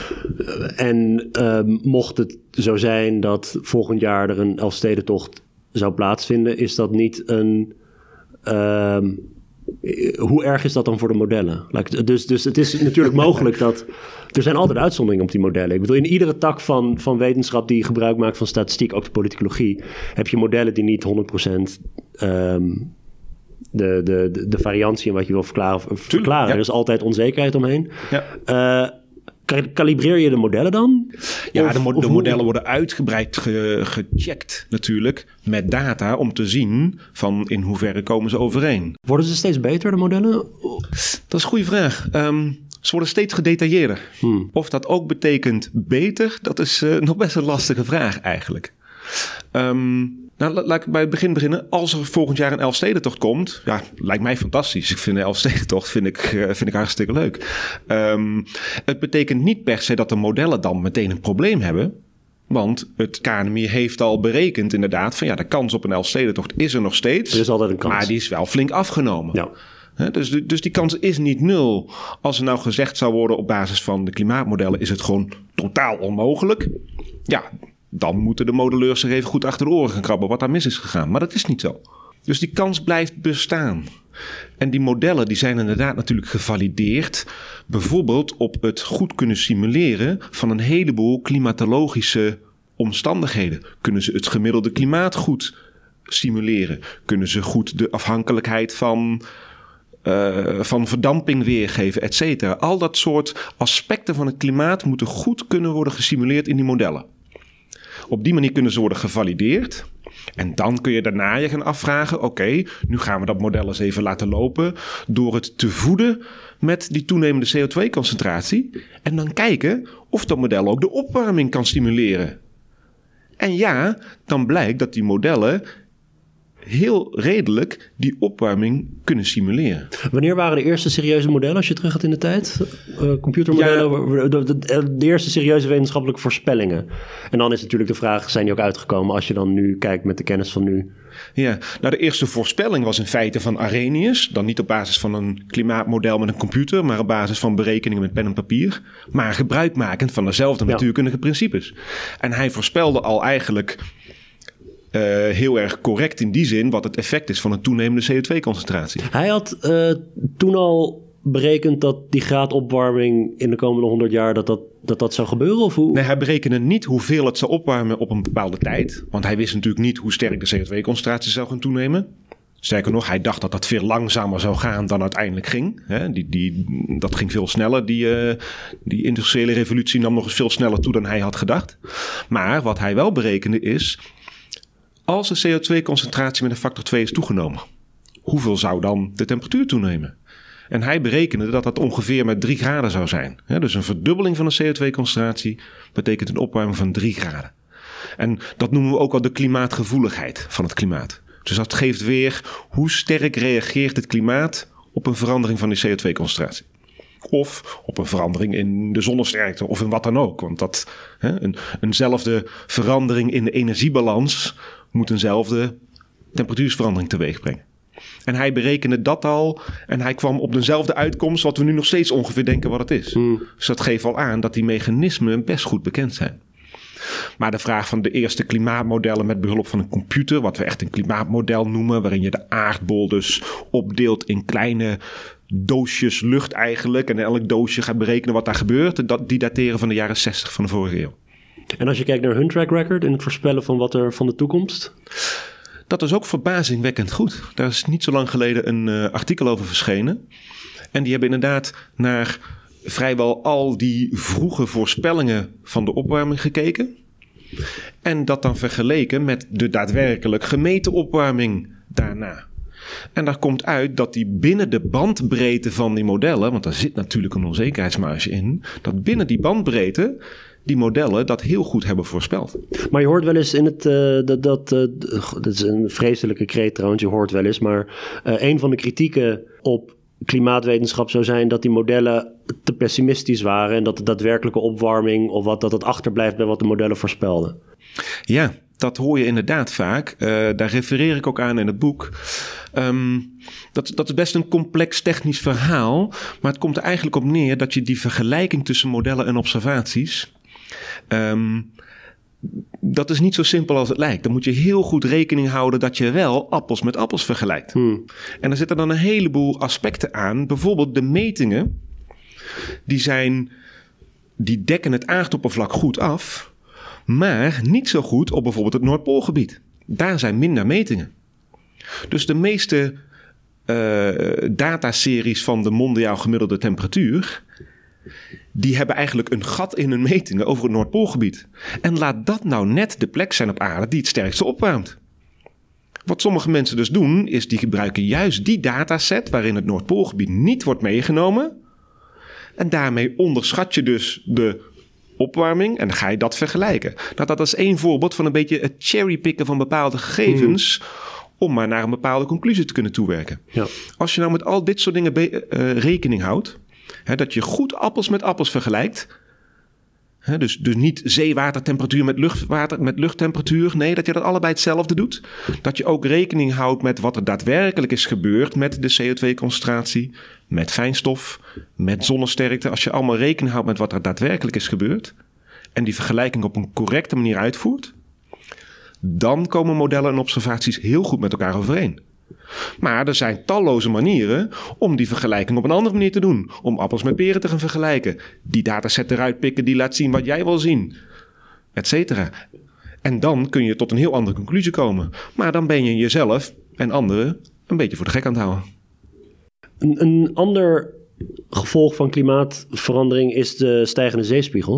En uh, mocht het zo zijn dat volgend jaar er een Elfstedentocht zou plaatsvinden, is dat niet een... Uh, hoe erg is dat dan voor de modellen? Like, dus, dus het is natuurlijk mogelijk dat... Er zijn altijd uitzonderingen op die modellen. Ik bedoel, in iedere tak van, van wetenschap die gebruik maakt van statistiek, ook de politicologie, heb je modellen die niet honderd procent... Um, De, de, de variantie in wat je wil verklaren. verklaren. Ja. Er is altijd onzekerheid omheen. Ja. Uh, kalibreer je de modellen dan? Ja, of, de, mo- de modellen worden uitgebreid ge- gecheckt natuurlijk met data om te zien van in hoeverre komen ze overeen. Worden ze steeds beter, de modellen? Dat is een goede vraag. Um, ze worden steeds gedetailleerder. Hmm. Of dat ook betekent beter, dat is uh, nog best een lastige vraag eigenlijk. Um, Nou, laat ik bij het begin beginnen. Als er volgend jaar een Elfstedentocht komt, ja, lijkt mij fantastisch. Ik vind de Elfstedentocht vind ik, uh, vind ik hartstikke leuk. Um, het betekent niet per se dat de modellen dan meteen een probleem hebben. Want het K N M I heeft al berekend inderdaad van ja, de kans op een Elfstedentocht is er nog steeds. Er is altijd een kans. Maar die is wel flink afgenomen. Ja. He, dus, dus die kans is niet nul. Als er nou gezegd zou worden op basis van de klimaatmodellen is het gewoon totaal onmogelijk. Ja, dan moeten de modelleurs zich even goed achter de oren gaan krabben wat daar mis is gegaan. Maar dat is niet zo. Dus die kans blijft bestaan. En die modellen die zijn inderdaad natuurlijk gevalideerd. Bijvoorbeeld op het goed kunnen simuleren van een heleboel klimatologische omstandigheden. Kunnen ze het gemiddelde klimaat goed simuleren? Kunnen ze goed de afhankelijkheid van, uh, van verdamping weergeven, et cetera? Al dat soort aspecten van het klimaat moeten goed kunnen worden gesimuleerd in die modellen. Op die manier kunnen ze worden gevalideerd. En dan kun je daarna je gaan afvragen, oké, okay, nu gaan we dat model eens even laten lopen door het te voeden met die toenemende C O twee concentratie. En dan kijken of dat model ook de opwarming kan stimuleren. En ja, dan blijkt dat die modellen heel redelijk die opwarming kunnen simuleren. Wanneer waren de eerste serieuze modellen als je terug gaat in de tijd? Uh, computermodellen, ja, de, de, de eerste serieuze wetenschappelijke voorspellingen. En dan is natuurlijk de vraag, zijn die ook uitgekomen als je dan nu kijkt met de kennis van nu? Ja, nou de eerste voorspelling was in feite van Arrhenius. Dan niet op basis van een klimaatmodel met een computer, maar op basis van berekeningen met pen en papier. Maar gebruikmakend van dezelfde ja. natuurkundige principes. En hij voorspelde al eigenlijk Uh, heel erg correct in die zin wat het effect is van een toenemende C O twee concentratie. Hij had uh, toen al berekend dat die graadopwarming in de komende honderd jaar dat dat, dat, dat zou gebeuren? Of hoe? Nee, hij berekende niet hoeveel het zou opwarmen op een bepaalde tijd. Want hij wist natuurlijk niet hoe sterk de C O twee concentratie zou gaan toenemen. Sterker nog, hij dacht dat dat veel langzamer zou gaan dan uiteindelijk ging. He, die, die, dat ging veel sneller. Die, uh, die industriële revolutie nam nog eens veel sneller toe dan hij had gedacht. Maar wat hij wel berekende is, als de C O twee concentratie met een factor twee is toegenomen, hoeveel zou dan de temperatuur toenemen? En hij berekende dat dat ongeveer met drie graden zou zijn. He, dus een verdubbeling van de C O twee concentratie betekent een opwarming van drie graden. En dat noemen we ook al de klimaatgevoeligheid van het klimaat. Dus dat geeft weer hoe sterk reageert het klimaat op een verandering van die C O twee concentratie. Of op een verandering in de zonnesterkte of in wat dan ook. Want dat, hè, een, eenzelfde verandering in de energiebalans moet eenzelfde temperatuursverandering teweeg brengen. En hij berekende dat al en hij kwam op dezelfde uitkomst wat we nu nog steeds ongeveer denken wat het is. Mm. Dus dat geeft al aan dat die mechanismen best goed bekend zijn. Maar de vraag van de eerste klimaatmodellen met behulp van een computer, wat we echt een klimaatmodel noemen, waarin je de aardbol dus opdeelt in kleine doosjes lucht eigenlijk en elk doosje gaat berekenen wat daar gebeurt, dat, die dateren van de jaren zestig van de vorige eeuw. En als je kijkt naar hun track record in het voorspellen van wat er van de toekomst? Dat is ook verbazingwekkend goed. Daar is niet zo lang geleden een uh, artikel over verschenen. En die hebben inderdaad naar vrijwel al die vroege voorspellingen van de opwarming gekeken. En dat dan vergeleken met de daadwerkelijk gemeten opwarming daarna. En daar komt uit dat die binnen de bandbreedte van die modellen, want daar zit natuurlijk een onzekerheidsmarge in, dat binnen die bandbreedte die modellen dat heel goed hebben voorspeld. Maar je hoort wel eens in het, uh, dat, dat, uh, dat is een vreselijke kreet trouwens, je hoort wel eens, maar uh, een van de kritieken op klimaatwetenschap zou zijn dat die modellen te pessimistisch waren en dat de daadwerkelijke opwarming of wat dat het achterblijft bij wat de modellen voorspelden. Ja, dat hoor je inderdaad vaak. Uh, daar refereer ik ook aan in het boek. Um, dat, dat is best een complex technisch verhaal, maar het komt er eigenlijk op neer dat je die vergelijking tussen modellen en observaties, Um, dat is niet zo simpel als het lijkt. Dan moet je heel goed rekening houden dat je wel appels met appels vergelijkt. Hmm. En er zitten dan een heleboel aspecten aan. Bijvoorbeeld de metingen, die zijn, die dekken het aardoppervlak goed af, maar niet zo goed op bijvoorbeeld het Noordpoolgebied. Daar zijn minder metingen. Dus de meeste uh, dataseries van de mondiaal gemiddelde temperatuur, die hebben eigenlijk een gat in hun metingen over het Noordpoolgebied. En laat dat nou net de plek zijn op aarde die het sterkste opwarmt. Wat sommige mensen dus doen, is die gebruiken juist die dataset waarin het Noordpoolgebied niet wordt meegenomen. En daarmee onderschat je dus de opwarming en dan ga je dat vergelijken. Nou, dat is één voorbeeld van een beetje het cherrypicken van bepaalde gegevens, mm. om maar naar een bepaalde conclusie te kunnen toewerken. Ja. Als je nou met al dit soort dingen be- uh, rekening houdt, He, dat je goed appels met appels vergelijkt. He, dus, dus niet zeewatertemperatuur met, luchtwater, met luchttemperatuur. Nee, dat je dat allebei hetzelfde doet. Dat je ook rekening houdt met wat er daadwerkelijk is gebeurd met de C O twee concentratie, met fijnstof, met zonnesterkte. Als je allemaal rekening houdt met wat er daadwerkelijk is gebeurd en die vergelijking op een correcte manier uitvoert, dan komen modellen en observaties heel goed met elkaar overeen. Maar er zijn talloze manieren om die vergelijking op een andere manier te doen. Om appels met peren te gaan vergelijken. Die dataset eruit pikken die laat zien wat jij wil zien. Etcetera. En dan kun je tot een heel andere conclusie komen. Maar dan ben je jezelf en anderen een beetje voor de gek aan het houden. Een, een ander gevolg van klimaatverandering is de stijgende zeespiegel.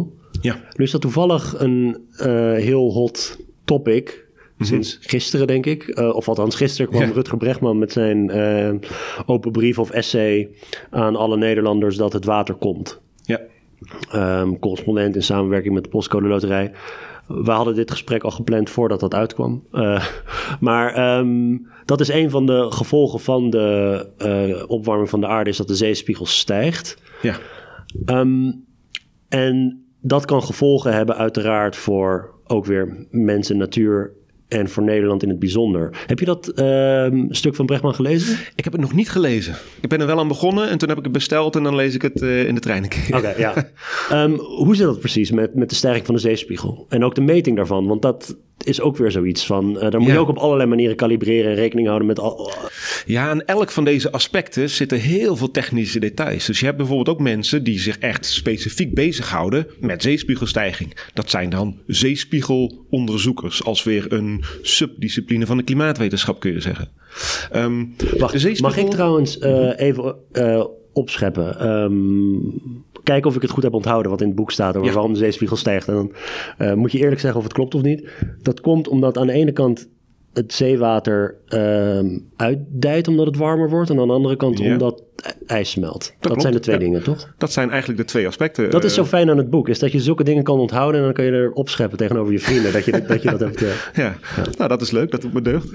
Ja. Nu is dat toevallig een uh, heel hot topic. Mm-hmm. Sinds gisteren, denk ik. Uh, of althans, gisteren kwam ja. Rutger Bregman met zijn uh, open brief of essay aan alle Nederlanders dat het water komt. Ja. Um, correspondent in samenwerking met de Postcode Loterij. We hadden dit gesprek al gepland voordat dat uitkwam. Uh, maar um, dat is een van de gevolgen van de uh, opwarming van de aarde, is dat de zeespiegel stijgt. Ja. Um, en dat kan gevolgen hebben uiteraard voor ook weer mensen, natuur en voor Nederland in het bijzonder. Heb je dat uh, stuk van Bregman gelezen? Ik heb het nog niet gelezen. Ik ben er wel aan begonnen en toen heb ik het besteld en dan lees ik het uh, in de trein. Oké, okay, ja. Um, hoe zit dat precies met, met de stijging van de zeespiegel? En ook de meting daarvan, want dat is ook weer zoiets van... Uh, daar moet ja. je ook op allerlei manieren kalibreren en rekening houden met... Al... Ja, aan elk van deze aspecten zitten heel veel technische details. Dus je hebt bijvoorbeeld ook mensen die zich echt specifiek bezighouden met zeespiegelstijging. Dat zijn dan zeespiegelonderzoekers, als weer een subdiscipline van de klimaatwetenschap, kun je zeggen. Um, Wacht, zeespiegel... Mag ik trouwens uh, even uh, opscheppen? Um, kijken of ik het goed heb onthouden wat in het boek staat over ja. waarom de zeespiegel stijgt. En dan uh, moet je eerlijk zeggen of het klopt of niet. Dat komt omdat aan de ene kant het zeewater uh, uitdijt omdat het warmer wordt. En aan de andere kant ja. omdat ijs smelt. Dat, dat zijn de twee ja. dingen, toch? Dat zijn eigenlijk de twee aspecten. Dat is zo fijn aan het boek. Is dat je zulke dingen kan onthouden. En dan kan je er opscheppen tegenover je vrienden. dat, je, dat je dat hebt. Uh, ja. ja, nou dat is leuk. Dat doet me deugd.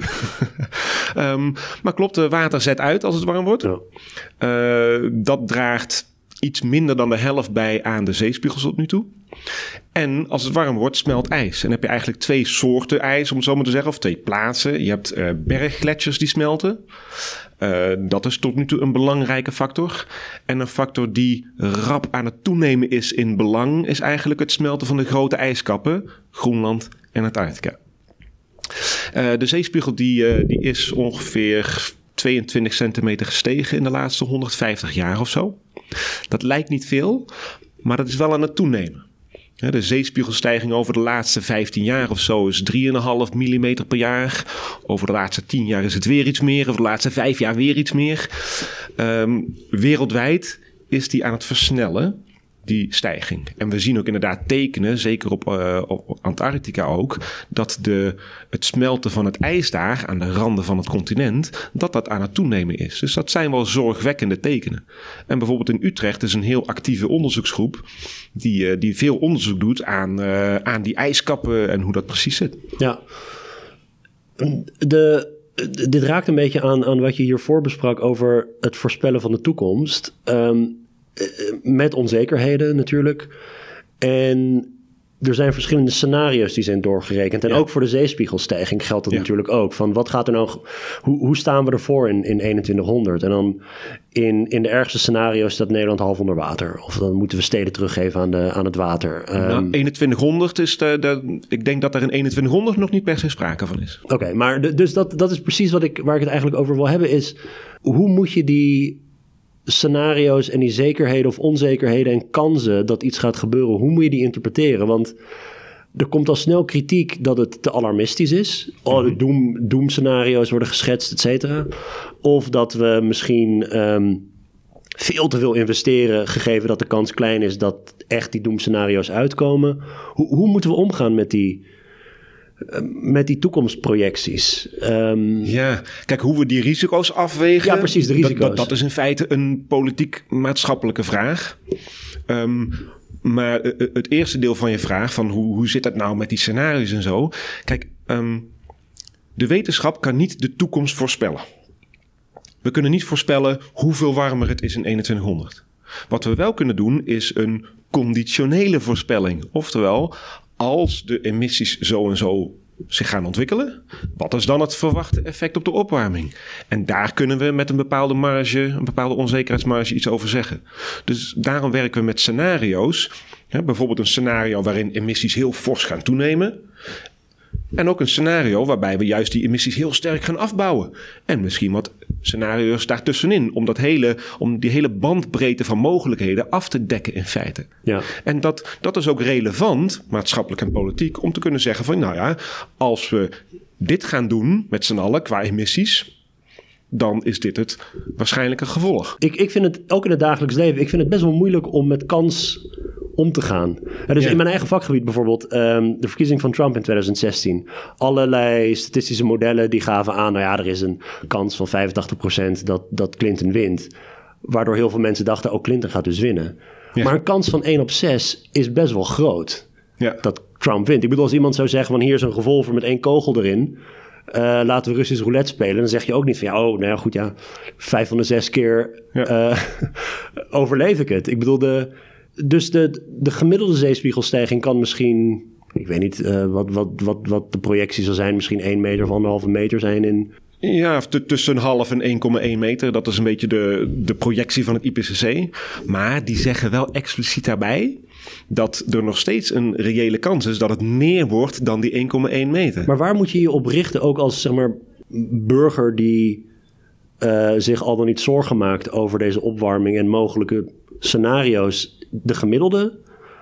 um, maar klopt, het water zet uit als het warm wordt. Ja. Uh, dat draagt iets minder dan de helft bij aan de zeespiegels tot nu toe. En als het warm wordt, smelt ijs. En dan heb je eigenlijk twee soorten ijs, om het zo maar te zeggen. Of twee plaatsen. Je hebt uh, berggletsjers die smelten. Uh, dat is tot nu toe een belangrijke factor. En een factor die rap aan het toenemen is in belang, is eigenlijk het smelten van de grote ijskappen. Groenland en Antarctica. Uh, de zeespiegel die, uh, die is ongeveer tweeëntwintig centimeter gestegen in de laatste honderdvijftig jaar of zo. Dat lijkt niet veel, maar dat is wel aan het toenemen. De zeespiegelstijging over de laatste vijftien jaar of zo is drie komma vijf millimeter per jaar. Over de laatste tien jaar is het weer iets meer. Over de laatste vijf jaar weer iets meer. Um, wereldwijd is die aan het versnellen, die stijging. En we zien ook inderdaad tekenen, zeker op, uh, op Antarctica ook, dat de, het smelten van het ijs daar aan de randen van het continent, dat dat aan het toenemen is. Dus dat zijn wel zorgwekkende tekenen. En bijvoorbeeld in Utrecht is een heel actieve onderzoeksgroep die, uh, die veel onderzoek doet aan, uh, aan die ijskappen en hoe dat precies zit. Ja, de... Dit raakt een beetje aan, aan wat je hiervoor besprak over het voorspellen van de toekomst. Um, met onzekerheden natuurlijk. En er zijn verschillende scenario's die zijn doorgerekend. En ja. ook voor de zeespiegelstijging geldt dat ja. natuurlijk ook. Van wat gaat er nou, hoe, hoe staan we ervoor in, in eenentwintighonderd? En dan in, in de ergste scenario's staat Nederland half onder water. Of dan moeten we steden teruggeven aan, de, aan het water. Nou, um, eenentwintighonderd is de, de... Ik denk dat er in eenentwintighonderd nog niet per se sprake van is. Oké, okay, maar de, dus dat, dat is precies wat ik, waar ik het eigenlijk over wil hebben. Is hoe moet je die scenario's en die zekerheden of onzekerheden en kansen dat iets gaat gebeuren, hoe moet je die interpreteren? Want er komt al snel kritiek dat het te alarmistisch is. Oh, de doem, doemscenario's worden geschetst, et cetera. Of dat we misschien um, veel te veel investeren, gegeven dat de kans klein is dat echt die doemscenario's uitkomen. Hoe, hoe moeten we omgaan met die met die toekomstprojecties? Um, ja, kijk, hoe we die risico's afwegen. Ja, precies, de risico's. Dat, dat, dat is in feite een politiek-maatschappelijke vraag. Um, maar uh, het eerste deel van je vraag, van hoe, hoe zit dat nou met die scenario's en zo? Kijk, um, de wetenschap kan niet de toekomst voorspellen. We kunnen niet voorspellen hoeveel warmer het is in eenentwintighonderd. Wat we wel kunnen doen, is een conditionele voorspelling. Oftewel, als de emissies zo en zo zich gaan ontwikkelen, wat is dan het verwachte effect op de opwarming? En daar kunnen we met een bepaalde marge, een bepaalde onzekerheidsmarge iets over zeggen. Dus daarom werken we met scenario's. Ja, bijvoorbeeld een scenario waarin emissies heel fors gaan toenemen. En ook een scenario waarbij we juist die emissies heel sterk gaan afbouwen. En misschien wat scenario's daartussenin. Om, dat hele, om die hele bandbreedte van mogelijkheden af te dekken in feite. Ja. En dat, dat is ook relevant, maatschappelijk en politiek, om te kunnen zeggen van nou ja, als we dit gaan doen met z'n allen qua emissies, dan is dit het waarschijnlijke gevolg. Ik, ik vind het, ook in het dagelijks leven, ik vind het best wel moeilijk om met kans om te gaan. En dus ja. in mijn eigen vakgebied bijvoorbeeld, um, de verkiezing van Trump in twintig zestien. Allerlei statistische modellen die gaven aan, nou ja, er is een kans van vijfentachtig procent dat, dat Clinton wint. Waardoor heel veel mensen dachten, oh, Clinton gaat dus winnen. Ja. Maar een kans van één op zes is best wel groot ja. dat Trump wint. Ik bedoel, als iemand zou zeggen, van hier is een revolver met één kogel erin. Uh, laten we Russisch roulette spelen. Dan zeg je ook niet van, ja, oh, nou ja, goed, ja, vijf van de zes keer ja. uh, overleef ik het. Ik bedoel, de, dus de, de gemiddelde zeespiegelstijging kan misschien, ik weet niet uh, wat, wat, wat, wat de projectie zal zijn, misschien één meter of anderhalve meter zijn in... Ja, t- tussen een half en één komma één meter. Dat is een beetje de, de projectie van het I P C C. Maar die zeggen wel expliciet daarbij dat er nog steeds een reële kans is dat het meer wordt dan die één komma één meter. Maar waar moet je je op richten, ook als zeg maar burger die uh, zich al dan niet zorgen maakt over deze opwarming en mogelijke scenario's? De gemiddelde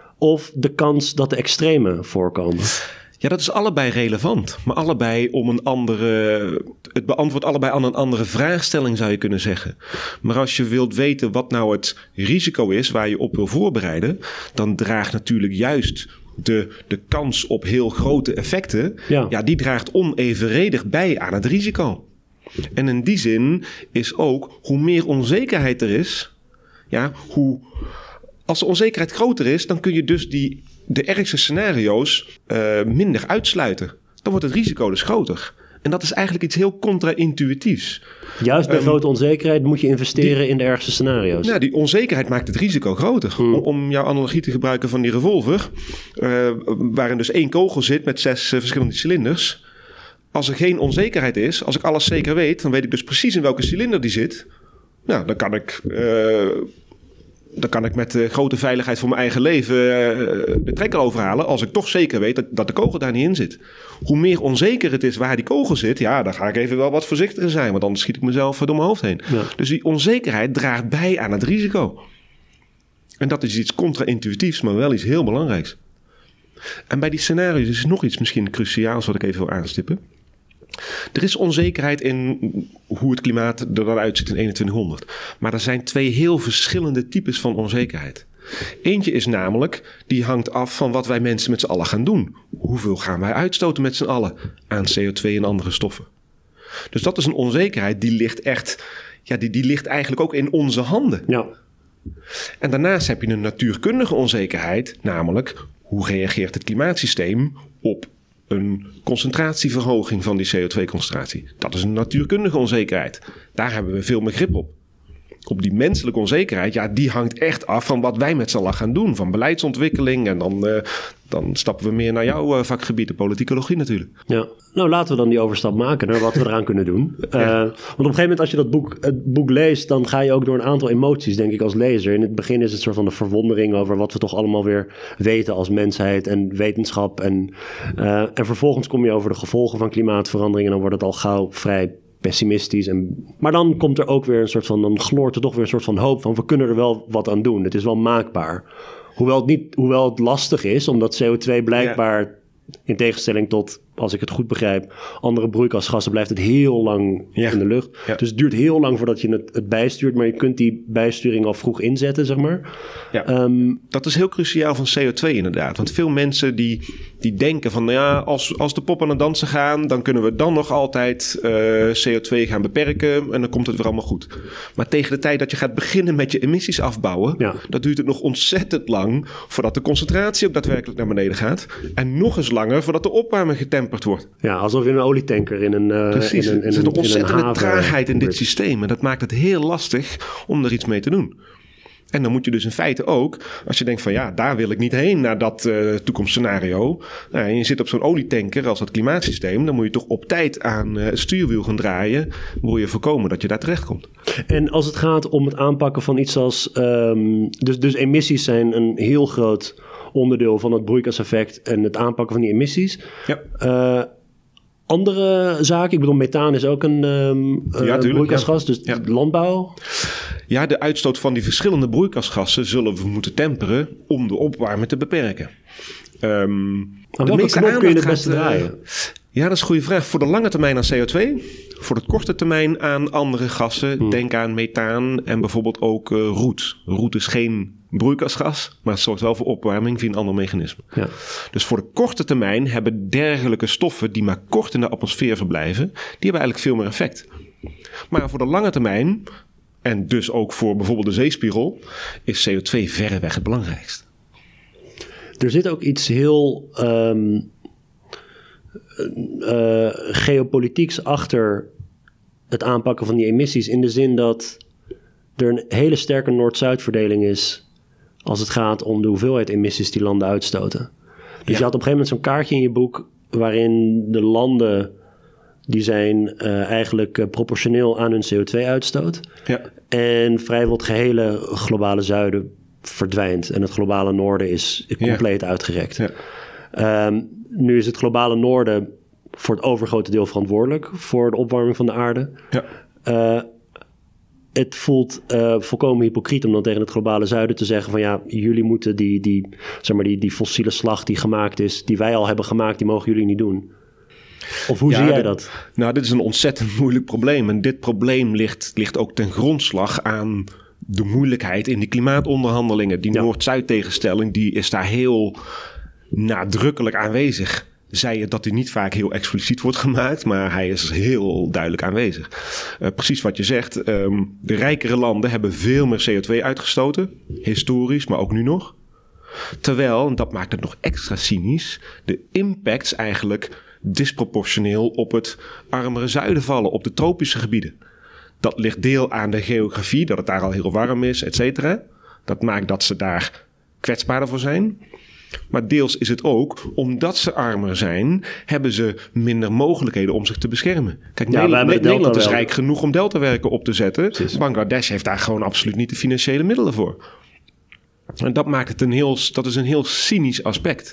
of de kans dat de extreme voorkomen? Ja, dat is allebei relevant, maar allebei om een andere... Het beantwoordt allebei aan een andere vraagstelling, zou je kunnen zeggen. Maar als je wilt weten wat nou het risico is waar je op wil voorbereiden, dan draagt natuurlijk juist de, de kans op heel grote effecten, ja. ja, die draagt onevenredig bij aan het risico. En in die zin is ook, hoe meer onzekerheid er is, ja, hoe... Als de onzekerheid groter is, dan kun je dus die, de ergste scenario's uh, minder uitsluiten. Dan wordt het risico dus groter. En dat is eigenlijk iets heel contra-intuïtiefs. Juist bij um, grote onzekerheid moet je investeren die, in de ergste scenario's. Nou, die onzekerheid maakt het risico groter. Hmm. Om, om jouw analogie te gebruiken van die revolver, uh, waarin dus één kogel zit met zes uh, verschillende cilinders. Als er geen onzekerheid is, als ik alles zeker weet, dan weet ik dus precies in welke cilinder die zit. Nou, dan kan ik... Uh, Dan kan ik met uh, grote veiligheid voor mijn eigen leven uh, de trekker overhalen, als ik toch zeker weet dat, dat de kogel daar niet in zit. Hoe meer onzeker het is waar die kogel zit, ja, dan ga ik even wel wat voorzichtiger zijn, want anders schiet ik mezelf door mijn hoofd heen. Ja. Dus die onzekerheid draagt bij aan het risico. En dat is iets contra-intuïtiefs, maar wel iets heel belangrijks. En bij die scenario's is nog iets misschien cruciaals wat ik even wil aanstippen. Er is onzekerheid in hoe het klimaat er dan uitziet in eenentwintighonderd. Maar er zijn twee heel verschillende types van onzekerheid. Eentje is namelijk, die hangt af van wat wij mensen met z'n allen gaan doen. Hoeveel gaan wij uitstoten met z'n allen aan C O twee en andere stoffen? Dus dat is een onzekerheid die ligt echt, ja, die, die ligt eigenlijk ook in onze handen. Ja. En daarnaast heb je een natuurkundige onzekerheid, namelijk hoe reageert het klimaatsysteem op een concentratieverhoging van die C O twee concentratie. Dat is een natuurkundige onzekerheid. Daar hebben we veel meer grip op. Op die menselijke onzekerheid, ja, die hangt echt af van wat wij met z'n allen gaan doen. Van beleidsontwikkeling en dan, uh, dan stappen we meer naar jouw uh, vakgebied, de politicologie natuurlijk. Ja, nou laten we dan die overstap maken naar wat we eraan kunnen doen. Uh, ja. Want op een gegeven moment als je dat boek, het boek leest, dan ga je ook door een aantal emoties, denk ik, als lezer. In het begin is het soort van de verwondering over wat we toch allemaal weer weten als mensheid en wetenschap. En, uh, en vervolgens kom je over de gevolgen van klimaatverandering en dan wordt het al gauw vrij pessimistisch. En, maar dan komt er ook weer een soort van, dan gloort er toch weer een soort van hoop van we kunnen er wel wat aan doen. Het is wel maakbaar. Hoewel het, niet, hoewel het lastig is, omdat C O twee blijkbaar, ja, in tegenstelling tot, als ik het goed begrijp, andere broeikasgassen, blijft het heel lang ja. in de lucht. Ja. Dus het duurt heel lang voordat je het, het bijstuurt, maar je kunt die bijsturing al vroeg inzetten, zeg maar. Ja. Um, dat is heel cruciaal van C O twee inderdaad. Want veel mensen die, die denken van, nou ja, als, als de pop aan het dansen gaan, dan kunnen we dan nog altijd uh, C O twee gaan beperken en dan komt het weer allemaal goed. Maar tegen de tijd dat je gaat beginnen met je emissies afbouwen, ja. dat duurt het nog ontzettend lang voordat de concentratie ook daadwerkelijk naar beneden gaat. En nog eens langer voordat de opwarming getemperd wordt. Ja, alsof je een olietanker in een uh, Precies, in een, in er zit een ontzettende haven, traagheid in dit systeem. En dat maakt het heel lastig om er iets mee te doen. En dan moet je dus in feite ook, als je denkt van ja, daar wil ik niet heen naar dat uh, toekomstscenario. Nou, en je zit op zo'n olietanker als dat klimaatsysteem, dan moet je toch op tijd aan uh, het stuurwiel gaan draaien. Wil je voorkomen dat je daar terecht komt. En als het gaat om het aanpakken van iets als, um, dus, dus emissies zijn een heel groot onderdeel van het broeikaseffect en het aanpakken van die emissies. Ja. Uh, andere zaken, ik bedoel, methaan is ook een um, ja, uh, broeikasgas, ja. dus ja. landbouw. Ja, de uitstoot van die verschillende broeikasgassen zullen we moeten temperen om de opwarming te beperken. Um, de welke knop kun je het beste draaien? Ja, dat is een goede vraag. Voor de lange termijn aan C O twee, voor de korte termijn aan andere gassen. Hmm. Denk aan methaan en bijvoorbeeld ook uh, roet. Roet is geen broeikasgas, maar het zorgt wel voor opwarming via een ander mechanisme. Ja. Dus voor de korte termijn hebben dergelijke stoffen die maar kort in de atmosfeer verblijven, die hebben eigenlijk veel meer effect. Maar voor de lange termijn, en dus ook voor bijvoorbeeld de zeespiegel, is C O twee verreweg het belangrijkste. Er zit ook iets heel um, uh, geopolitieks achter het aanpakken van die emissies, in de zin dat er een hele sterke Noord-Zuid-verdeling is als het gaat om de hoeveelheid emissies die landen uitstoten. Dus ja. Je had op een gegeven moment zo'n kaartje in je boek waarin de landen, die zijn uh, eigenlijk uh, proportioneel aan hun C O twee uitstoot. Ja. En vrijwel het gehele globale zuiden verdwijnt. En het globale noorden is compleet ja. uitgerekt. Ja. Um, nu is het globale noorden voor het overgrote deel verantwoordelijk voor de opwarming van de aarde. Ja. Uh, Het voelt uh, volkomen hypocriet om dan tegen het globale zuiden te zeggen van ja, jullie moeten die, die, zeg maar die, die fossiele slag die gemaakt is, die wij al hebben gemaakt, die mogen jullie niet doen. Of hoe ja, zie jij dat? Nou, dit is een ontzettend moeilijk probleem. En dit probleem ligt, ligt ook ten grondslag aan de moeilijkheid in die klimaatonderhandelingen. Die ja. Noord-Zuid tegenstelling, die is daar heel nadrukkelijk aanwezig. Zij het dat hij niet vaak heel expliciet wordt gemaakt, maar hij is heel duidelijk aanwezig. Uh, precies wat je zegt, um, de rijkere landen hebben veel meer C O twee uitgestoten, historisch, maar ook nu nog. Terwijl, en dat maakt het nog extra cynisch, de impacts eigenlijk disproportioneel op het armere zuiden vallen, op de tropische gebieden. Dat ligt deel aan de geografie, dat het daar al heel warm is, et cetera. Dat maakt dat ze daar kwetsbaarder voor zijn. Maar deels is het ook, omdat ze armer zijn, hebben ze minder mogelijkheden om zich te beschermen. Kijk, ja, Nederland, Nederland is rijk genoeg om deltawerken op te zetten. Precies. Bangladesh heeft daar gewoon absoluut niet de financiële middelen voor. En dat maakt het een heel, dat is een heel cynisch aspect.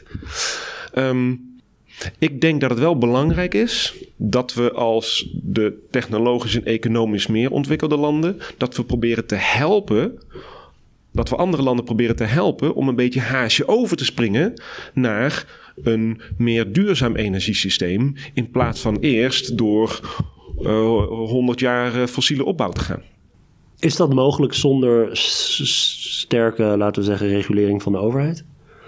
Um, ik denk dat het wel belangrijk is dat we als de technologisch en economisch meer ontwikkelde landen, dat we proberen te helpen, dat we andere landen proberen te helpen om een beetje haasje over te springen naar een meer duurzaam energiesysteem, in plaats van eerst door honderd uh, jaar fossiele opbouw te gaan. Is dat mogelijk zonder s- sterke, laten we zeggen, regulering van de overheid?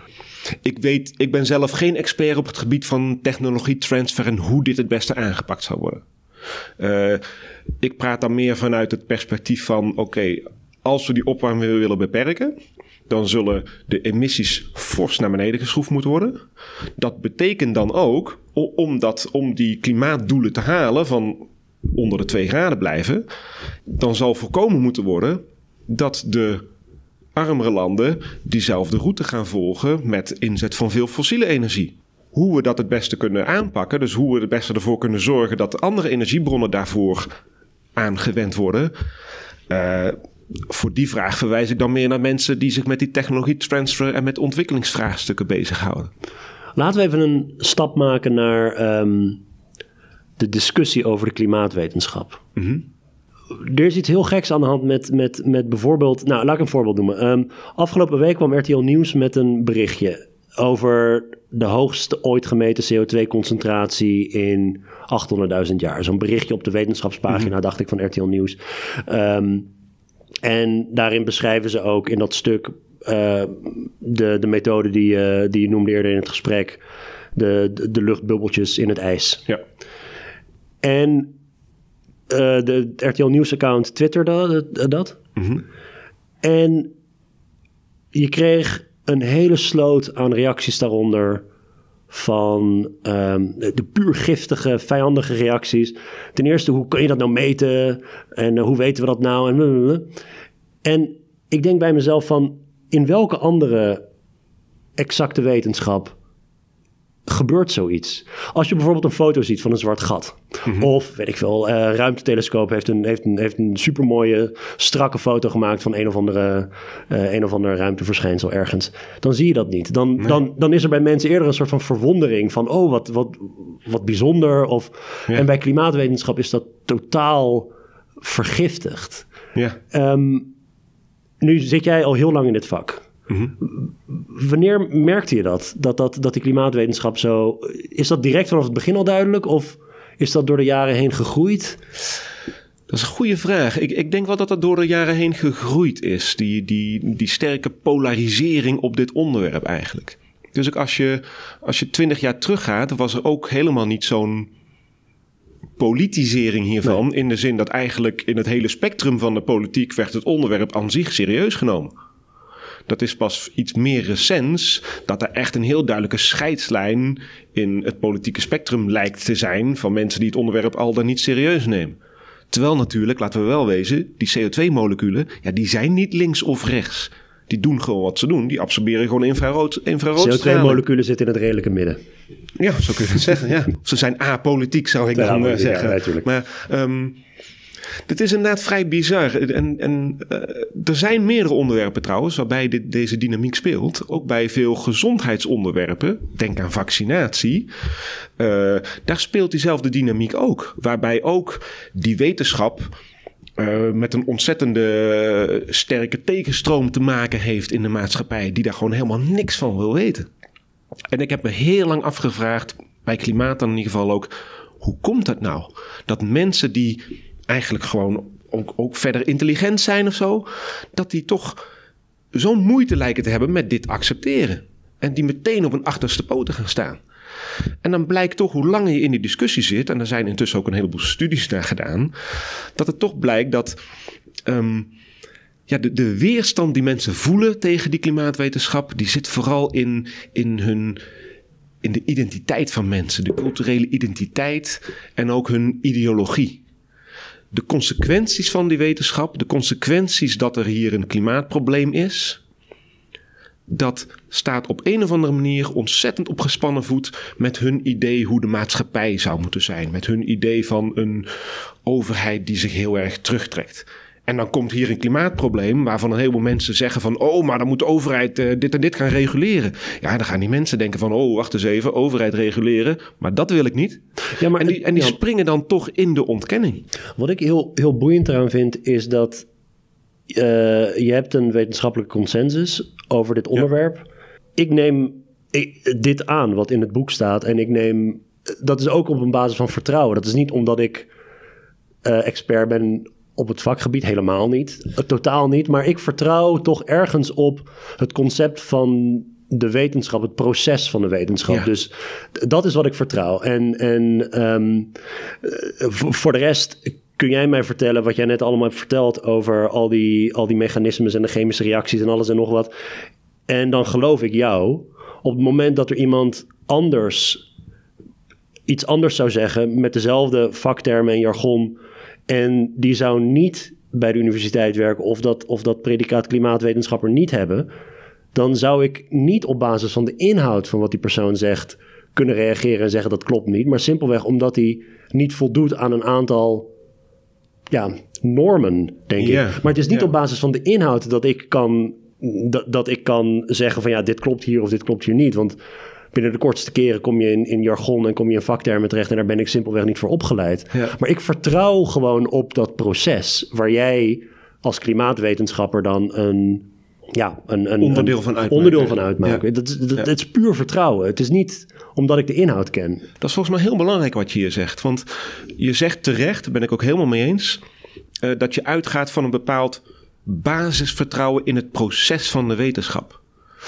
Ik weet, ik ben zelf geen expert op het gebied van technologietransfer en hoe dit het beste aangepakt zou worden. Uh, ik praat dan meer vanuit het perspectief van, oké, okay, als we die opwarming willen beperken, dan zullen de emissies fors naar beneden geschroefd moeten worden. Dat betekent dan ook, om, dat, om die klimaatdoelen te halen van onder de twee graden blijven, dan zal voorkomen moeten worden dat de armere landen diezelfde route gaan volgen met inzet van veel fossiele energie. Hoe we dat het beste kunnen aanpakken, dus hoe we het beste ervoor kunnen zorgen dat andere energiebronnen daarvoor aangewend worden. Uh, voor die vraag verwijs ik dan meer naar mensen die zich met die technologietransfer en met ontwikkelingsvraagstukken bezighouden. Laten we even een stap maken naar um, de discussie over de klimaatwetenschap. Mm-hmm. Er is iets heel geks aan de hand met, met, met bijvoorbeeld, nou laat ik een voorbeeld noemen. Um, afgelopen week kwam R T L Nieuws met een berichtje over de hoogste ooit gemeten C O twee concentratie in achthonderdduizend jaar. Zo'n berichtje op de wetenschapspagina, mm-hmm. dacht ik, van R T L Nieuws. Um, en daarin beschrijven ze ook in dat stuk uh, de, de methode die, uh, die je noemde eerder in het gesprek. De, de, de luchtbubbeltjes in het ijs. Ja. En uh, de R T L Nieuws account twitterde dat. Mm-hmm. En je kreeg een hele sloot aan reacties daaronder van um, de puur giftige, vijandige reacties. Ten eerste, hoe kun je dat nou meten? En uh, hoe weten we dat nou? En, blablabla. En ik denk bij mezelf van, in welke andere exacte wetenschap gebeurt zoiets? Als je bijvoorbeeld een foto ziet van een zwart gat. Mm-hmm. Of, weet ik veel, uh, ruimtetelescoop heeft een, heeft, een, heeft een supermooie, strakke foto gemaakt van een of andere, uh, een of ander ruimteverschijnsel ergens. Dan zie je dat niet. Dan, nee. dan, dan is er bij mensen eerder een soort van verwondering van, oh, wat, wat, wat bijzonder. Of, ja. En bij klimaatwetenschap is dat totaal vergiftigd. Ja. Um, nu zit jij al heel lang in dit vak. Mm-hmm. Wanneer merkte je dat? Dat, dat? dat die klimaatwetenschap zo... Is dat direct vanaf het begin al duidelijk? Of is dat door de jaren heen gegroeid? Dat is een goede vraag. Ik, ik denk wel dat dat door de jaren heen gegroeid is. Die, die, die sterke polarisering op dit onderwerp eigenlijk. Dus ook als je als je twintig jaar teruggaat, was er ook helemaal niet zo'n politisering hiervan. Nee. In de zin dat eigenlijk in het hele spectrum van de politiek werd het onderwerp aan zich serieus genomen. Dat is pas iets meer recents dat er echt een heel duidelijke scheidslijn in het politieke spectrum lijkt te zijn van mensen die het onderwerp al dan niet serieus nemen. Terwijl natuurlijk, laten we wel wezen, die C O twee moleculen, ja, die zijn niet links of rechts. Die doen gewoon wat ze doen. Die absorberen gewoon infrarood, infrarood C O twee moleculen zitten in het redelijke midden. Ja, zo kun je het zeggen. Ja. Ze zijn apolitiek, zou ik ja, dan uh, zeggen. Ja, natuurlijk. Maar um, dit is inderdaad vrij bizar. En, en uh, er zijn meerdere onderwerpen trouwens waarbij dit, deze dynamiek speelt. Ook bij veel gezondheidsonderwerpen. Denk aan vaccinatie. Uh, daar speelt diezelfde dynamiek ook. Waarbij ook die wetenschap Uh, met een ontzettende uh, sterke tegenstroom te maken heeft in de maatschappij, die daar gewoon helemaal niks van wil weten. En ik heb me heel lang afgevraagd, bij klimaat dan in ieder geval ook, hoe komt dat nou? Dat mensen die eigenlijk gewoon ook, ook verder intelligent zijn of zo, dat die toch zo'n moeite lijken te hebben met dit accepteren. En die meteen op hun achterste poten gaan staan. En dan blijkt toch, hoe langer je in die discussie zit, en er zijn intussen ook een heleboel studies naar gedaan, dat het toch blijkt dat um, ja, de, de weerstand die mensen voelen tegen die klimaatwetenschap, die zit vooral in, in, hun, in de identiteit van mensen, de culturele identiteit en ook hun ideologie. De consequenties van die wetenschap, de consequenties dat er hier een klimaatprobleem is, dat staat op een of andere manier ontzettend op gespannen voet met hun idee hoe de maatschappij zou moeten zijn. Met hun idee van een overheid die zich heel erg terugtrekt. En dan komt hier een klimaatprobleem waarvan een heleboel mensen zeggen van, oh, maar dan moet de overheid uh, dit en dit gaan reguleren. Ja, dan gaan die mensen denken van, oh, wacht eens even, overheid reguleren, maar dat wil ik niet. Ja, maar en die, en die ja, springen dan toch in de ontkenning. Wat ik heel, heel boeiend eraan vind, is dat uh, je hebt een wetenschappelijke consensus over dit onderwerp. Ja. Ik neem ik, dit aan wat in het boek staat en ik neem, dat is ook op een basis van vertrouwen. Dat is niet omdat ik uh, expert ben op het vakgebied, helemaal niet. Uh, totaal niet, maar ik vertrouw toch ergens op het concept van de wetenschap, het proces van de wetenschap. Ja. Dus dat is wat ik vertrouw. En, en um, uh, voor de rest kun jij mij vertellen wat jij net allemaal hebt verteld over al die, al die mechanismes en de chemische reacties en alles en nog wat. En dan geloof ik jou. Op het moment dat er iemand anders iets anders zou zeggen met dezelfde vaktermen en jargon en die zou niet bij de universiteit werken of dat, of dat predicaat klimaatwetenschapper niet hebben, dan zou ik niet op basis van de inhoud van wat die persoon zegt kunnen reageren en zeggen dat klopt niet, maar simpelweg omdat hij niet voldoet aan een aantal ja, normen, denk ja. ik. Maar het is niet ja. op basis van de inhoud dat ik kan dat, dat ik kan zeggen van ja, dit klopt hier of dit klopt hier niet, want binnen de kortste keren kom je in, in jargon en kom je in vaktermen terecht en daar ben ik simpelweg niet voor opgeleid. Ja. Maar ik vertrouw gewoon op dat proces waar jij als klimaatwetenschapper dan een Ja, een, een onderdeel van uitmaken. Onderdeel van uitmaken. Ja. Dat, dat, dat, ja. Het is puur vertrouwen. Het is niet omdat ik de inhoud ken. Dat is volgens mij heel belangrijk wat je hier zegt. Want je zegt terecht, daar ben ik ook helemaal mee eens, uh, dat je uitgaat van een bepaald basisvertrouwen in het proces van de wetenschap.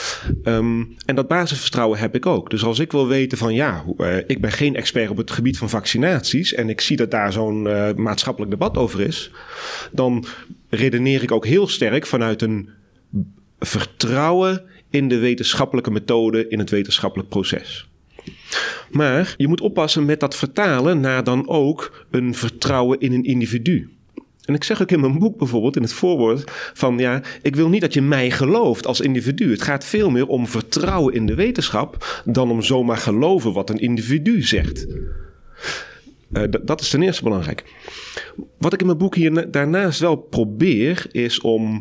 Um, en dat basisvertrouwen heb ik ook. Dus als ik wil weten van ja, uh, ik ben geen expert op het gebied van vaccinaties en ik zie dat daar zo'n uh, maatschappelijk debat over is, dan redeneer ik ook heel sterk vanuit een vertrouwen in de wetenschappelijke methode, in het wetenschappelijk proces. Maar je moet oppassen met dat vertalen naar dan ook een vertrouwen in een individu. En ik zeg ook in mijn boek bijvoorbeeld, in het voorwoord, van ja, ik wil niet dat je mij gelooft als individu. Het gaat veel meer om vertrouwen in de wetenschap dan om zomaar geloven wat een individu zegt. Uh, d- dat is ten eerste belangrijk. Wat ik in mijn boek hier na- daarnaast wel probeer, is om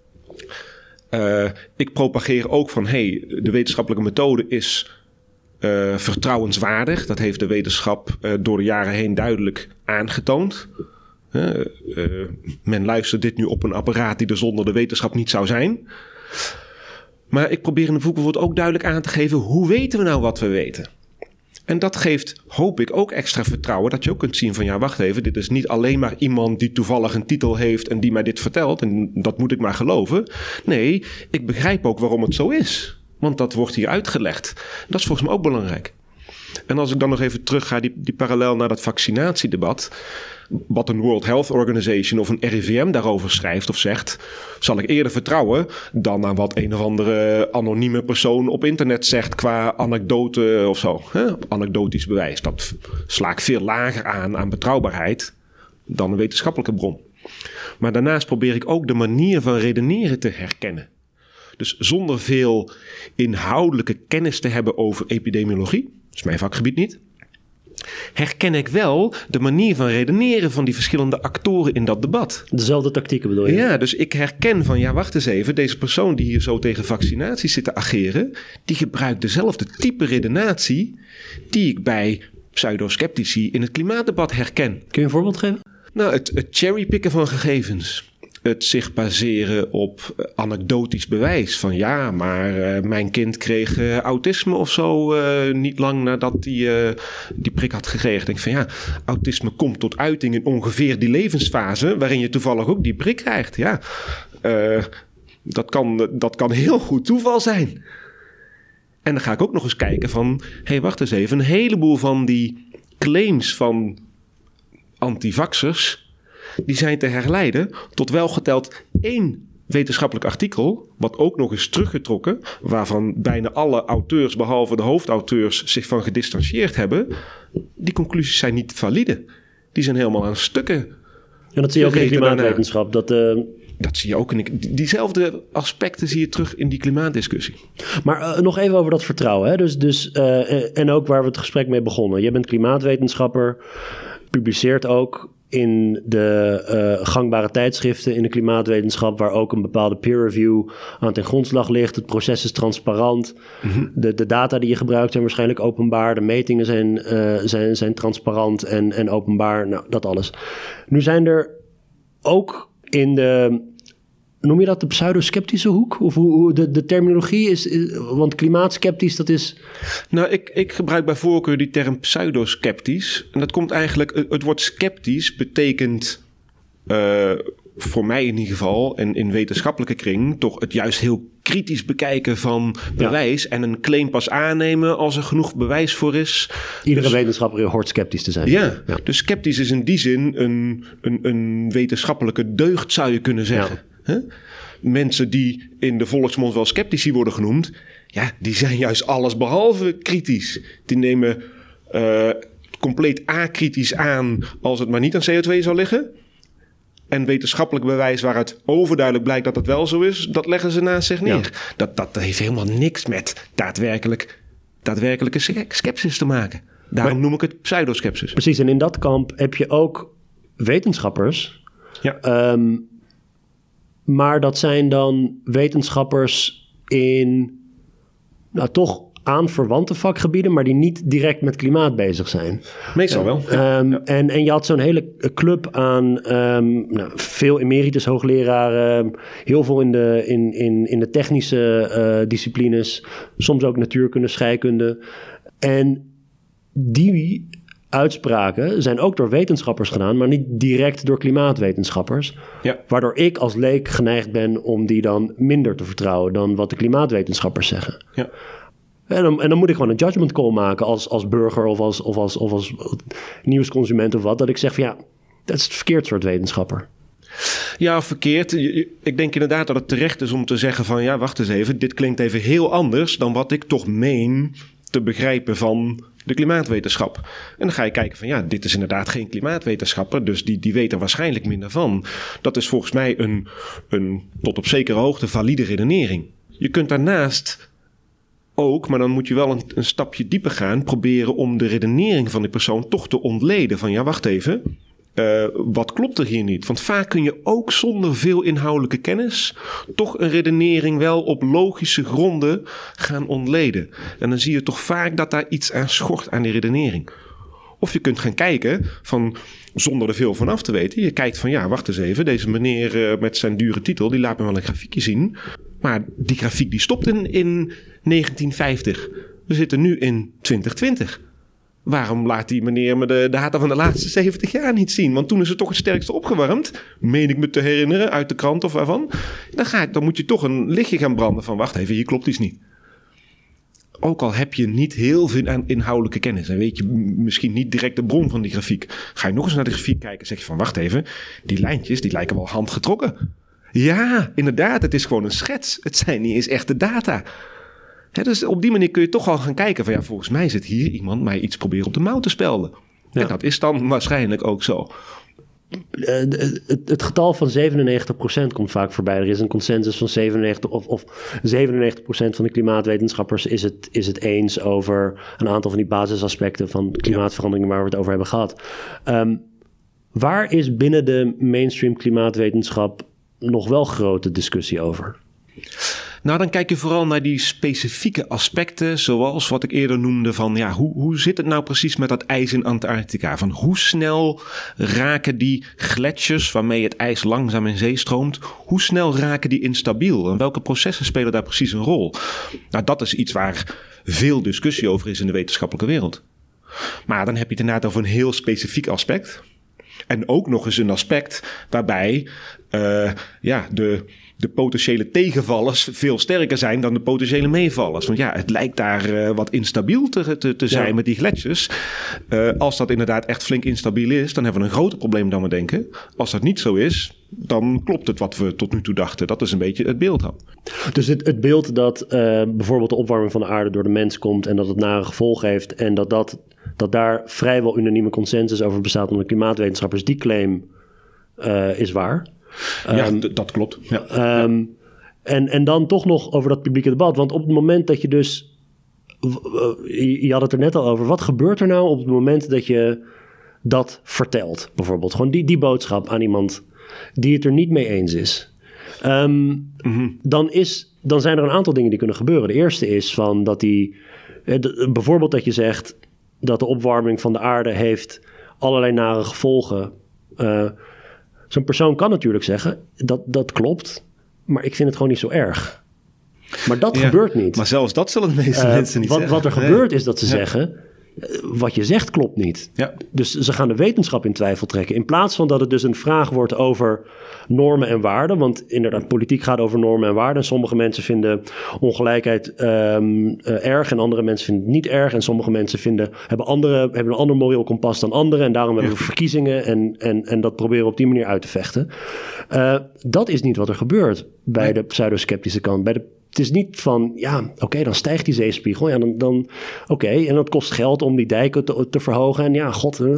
Uh, ik propageer ook van, hey, de wetenschappelijke methode is uh, vertrouwenswaardig. Dat heeft de wetenschap uh, door de jaren heen duidelijk aangetoond. Uh, uh, men luistert dit nu op een apparaat die er zonder de wetenschap niet zou zijn. Maar ik probeer in het boek bijvoorbeeld ook duidelijk aan te geven, hoe weten we nou wat we weten? En dat geeft, hoop ik, ook extra vertrouwen. Dat je ook kunt zien van, ja, wacht even. Dit is niet alleen maar iemand die toevallig een titel heeft en die mij dit vertelt. En dat moet ik maar geloven. Nee, ik begrijp ook waarom het zo is. Want dat wordt hier uitgelegd. Dat is volgens mij ook belangrijk. En als ik dan nog even terug ga, die, die parallel naar dat vaccinatiedebat. Wat een World Health Organization of een R I V M daarover schrijft of zegt, zal ik eerder vertrouwen dan aan wat een of andere anonieme persoon op internet zegt qua anekdote of zo. Hè? Anekdotisch bewijs. Dat sla ik veel lager aan aan betrouwbaarheid dan een wetenschappelijke bron. Maar daarnaast probeer ik ook de manier van redeneren te herkennen. Dus zonder veel inhoudelijke kennis te hebben over epidemiologie, dat is mijn vakgebied niet, herken ik wel de manier van redeneren van die verschillende actoren in dat debat. Dezelfde tactieken bedoel je? Ja, dus ik herken van, ja, wacht eens even, deze persoon die hier zo tegen vaccinatie zit te ageren, die gebruikt dezelfde type redenatie die ik bij pseudosceptici in het klimaatdebat herken. Kun je een voorbeeld geven? Nou, het, het cherrypicken van gegevens. Het zich baseren op anekdotisch bewijs. Van ja, maar uh, mijn kind kreeg uh, autisme of zo uh, niet lang nadat hij uh, die prik had gekregen. Ik denk van ja, autisme komt tot uiting in ongeveer die levensfase waarin je toevallig ook die prik krijgt. Ja, uh, dat kan, dat kan heel goed toeval zijn. En dan ga ik ook nog eens kijken van, hé, hey, wacht eens even. Een heleboel van die claims van antivaxers, die zijn te herleiden tot welgeteld één wetenschappelijk artikel, wat ook nog is teruggetrokken, waarvan bijna alle auteurs, behalve de hoofdauteurs, zich van gedistanceerd hebben. Die conclusies zijn niet valide. Die zijn helemaal aan stukken. En dat zie je ook in de klimaatwetenschap. Dat, uh... dat zie je ook. In de, diezelfde aspecten zie je terug in die klimaatdiscussie. Maar uh, nog even over dat vertrouwen. Hè? Dus, dus, uh, en ook waar we het gesprek mee begonnen. Je bent klimaatwetenschapper, publiceert ook in de uh, gangbare tijdschriften in de klimaatwetenschap, waar ook een bepaalde peer review aan ten grondslag ligt. Het proces is transparant. Mm-hmm. De, de data die je gebruikt zijn waarschijnlijk openbaar. De metingen zijn, uh, zijn, zijn transparant en, en openbaar. Nou, dat alles. Nu zijn er ook in de, noem je dat de pseudosceptische hoek? Of hoe, hoe de, de terminologie is, is, want klimaatskeptisch, dat is... Nou, ik, ik gebruik bij voorkeur die term pseudosceptisch. En dat komt eigenlijk, het woord sceptisch betekent, uh, voor mij in ieder geval, en in wetenschappelijke kring, toch het juist heel kritisch bekijken van bewijs. Ja. En een claim pas aannemen als er genoeg bewijs voor is. Iedere dus, wetenschapper hoort sceptisch te zijn. Ja, ja, dus sceptisch is in die zin een, een, een wetenschappelijke deugd, zou je kunnen zeggen. Ja. Huh? Mensen die in de volksmond wel sceptici worden genoemd, ja, die zijn juist alles behalve kritisch. Die nemen uh, compleet akritisch aan als het maar niet aan C O twee zou liggen. En wetenschappelijk bewijs waaruit overduidelijk blijkt dat het wel zo is, dat leggen ze naast zich neer. Ja. Dat, dat heeft helemaal niks met daadwerkelijk, daadwerkelijke skepsis te maken. Daarom maar, noem ik het pseudoskepsis. Precies, en in dat kamp heb je ook wetenschappers. Ja. Um, maar dat zijn dan wetenschappers in, nou toch aanverwante vakgebieden, maar die niet direct met klimaat bezig zijn. Meestal wel. Um, ja. en, en je had zo'n hele club aan um, nou, veel emeritus hoogleraren, heel veel in de, in, in, in de technische uh, disciplines, soms ook natuurkunde, scheikunde. En die uitspraken zijn ook door wetenschappers gedaan, maar niet direct door klimaatwetenschappers. Ja. Waardoor ik als leek geneigd ben om die dan minder te vertrouwen dan wat de klimaatwetenschappers zeggen. Ja. En dan, en dan moet ik gewoon een judgment call maken als, als burger of als, of, als, of als nieuwsconsument of wat. Dat ik zeg van ja, dat is het verkeerd soort wetenschapper. Ja, verkeerd. Ik denk inderdaad dat het terecht is om te zeggen van ja, wacht eens even. Dit klinkt even heel anders dan wat ik toch meen te begrijpen van de klimaatwetenschap. En dan ga je kijken van ja, dit is inderdaad geen klimaatwetenschapper, dus die, die weet er waarschijnlijk minder van. Dat is volgens mij een, een tot op zekere hoogte valide redenering. Je kunt daarnaast ook, maar dan moet je wel een, een stapje dieper gaan, proberen om de redenering van die persoon toch te ontleden. Van ja, wacht even, uh, wat klopt er hier niet? Want vaak kun je ook zonder veel inhoudelijke kennis toch een redenering wel op logische gronden gaan ontleden. En dan zie je toch vaak dat daar iets aan schort aan die redenering. Of je kunt gaan kijken van, zonder er veel van af te weten, je kijkt van ja, wacht eens even, deze meneer uh, met zijn dure titel, die laat me wel een grafiekje zien. Maar die grafiek die stopt in, in negentien vijftig. We zitten nu in twintig twintig. Waarom laat die meneer me de data van de laatste zeventig jaar niet zien? Want toen is het toch het sterkste opgewarmd. Meen ik me te herinneren uit de krant of waarvan. Dan, ga ik, dan moet je toch een lichtje gaan branden van wacht even, hier klopt iets niet. Ook al heb je niet heel veel aan inhoudelijke kennis en weet je misschien niet direct de bron van die grafiek. Ga je nog eens naar de grafiek kijken en zeg je van wacht even, die lijntjes die lijken wel handgetrokken. Ja, inderdaad, het is gewoon een schets. Het zijn niet eens echte data. He, dus op die manier kun je toch al gaan kijken van ja, volgens mij zit hier iemand mij iets proberen op de mouw te spelden. Ja. En dat is dan waarschijnlijk ook zo. Uh, het, het getal van zevenennegentig procent komt vaak voorbij. Er is een consensus van zevenennegentig of, of zevenennegentig procent van de klimaatwetenschappers is het, is het eens over een aantal van die basisaspecten van klimaatverandering waar we het over hebben gehad. Um, waar is binnen de mainstream klimaatwetenschap nog wel grote discussie over? Nou, dan kijk je vooral naar die specifieke aspecten, zoals wat ik eerder noemde van ja, hoe, hoe zit het nou precies met dat ijs in Antarctica? Van hoe snel raken die gletsjers waarmee het ijs langzaam in zee stroomt, hoe snel raken die instabiel? En welke processen spelen daar precies een rol? Nou, dat is iets waar veel discussie over is in de wetenschappelijke wereld. Maar dan heb je het inderdaad over een heel specifiek aspect. En ook nog eens een aspect waarbij uh, ja, de... de potentiële tegenvallers veel sterker zijn dan de potentiële meevallers. Want ja, het lijkt daar uh, wat instabiel te, te, te zijn ja. met die gletsjers. Uh, als dat inderdaad echt flink instabiel is, dan hebben we een groter probleem dan we denken. Als dat niet zo is, dan klopt het wat we tot nu toe dachten. Dat is een beetje het beeld dan. Dus het, het beeld dat uh, bijvoorbeeld de opwarming van de aarde door de mens komt en dat het nare gevolgen heeft en dat, dat, dat daar vrijwel unanieme consensus over bestaat onder de klimaatwetenschappers, die claim uh, is waar. Ja, um, d- dat klopt. Ja. Um, ja. En, en dan toch nog over dat publieke debat. Want op het moment dat je dus... Je, je had het er net al over. Wat gebeurt er nou op het moment dat je dat vertelt? Bijvoorbeeld gewoon die, die boodschap aan iemand die het er niet mee eens is. Um, mm-hmm. dan, is dan zijn er een aantal dingen die kunnen gebeuren. De eerste is van dat die... De, bijvoorbeeld dat je zegt dat de opwarming van de aarde heeft allerlei nare gevolgen... Uh, Zo'n persoon kan natuurlijk zeggen, dat, dat klopt, maar ik vind het gewoon niet zo erg. Maar dat ja, gebeurt niet. Maar zelfs dat zullen de meeste uh, mensen niet wat, zeggen. Wat er nee. gebeurt is dat ze ja. zeggen, uh, wat je zegt klopt niet. Ja. Dus ze gaan de wetenschap in twijfel trekken. In plaats van dat het dus een vraag wordt over normen en waarden. Want inderdaad, politiek gaat over normen en waarden. Sommige mensen vinden ongelijkheid um, uh, erg en andere mensen vinden het niet erg. En sommige mensen vinden, hebben, andere, hebben een ander moreel kompas dan anderen. En daarom ja. hebben we verkiezingen en, en, en dat proberen we op die manier uit te vechten. Uh, dat is niet wat er gebeurt bij nee. de pseudosceptische kant. Bij de Het is niet van, ja, oké, okay, dan stijgt die zeespiegel. Ja, dan, dan oké, okay, en dat kost geld om die dijken te, te verhogen. En ja, god. Uh,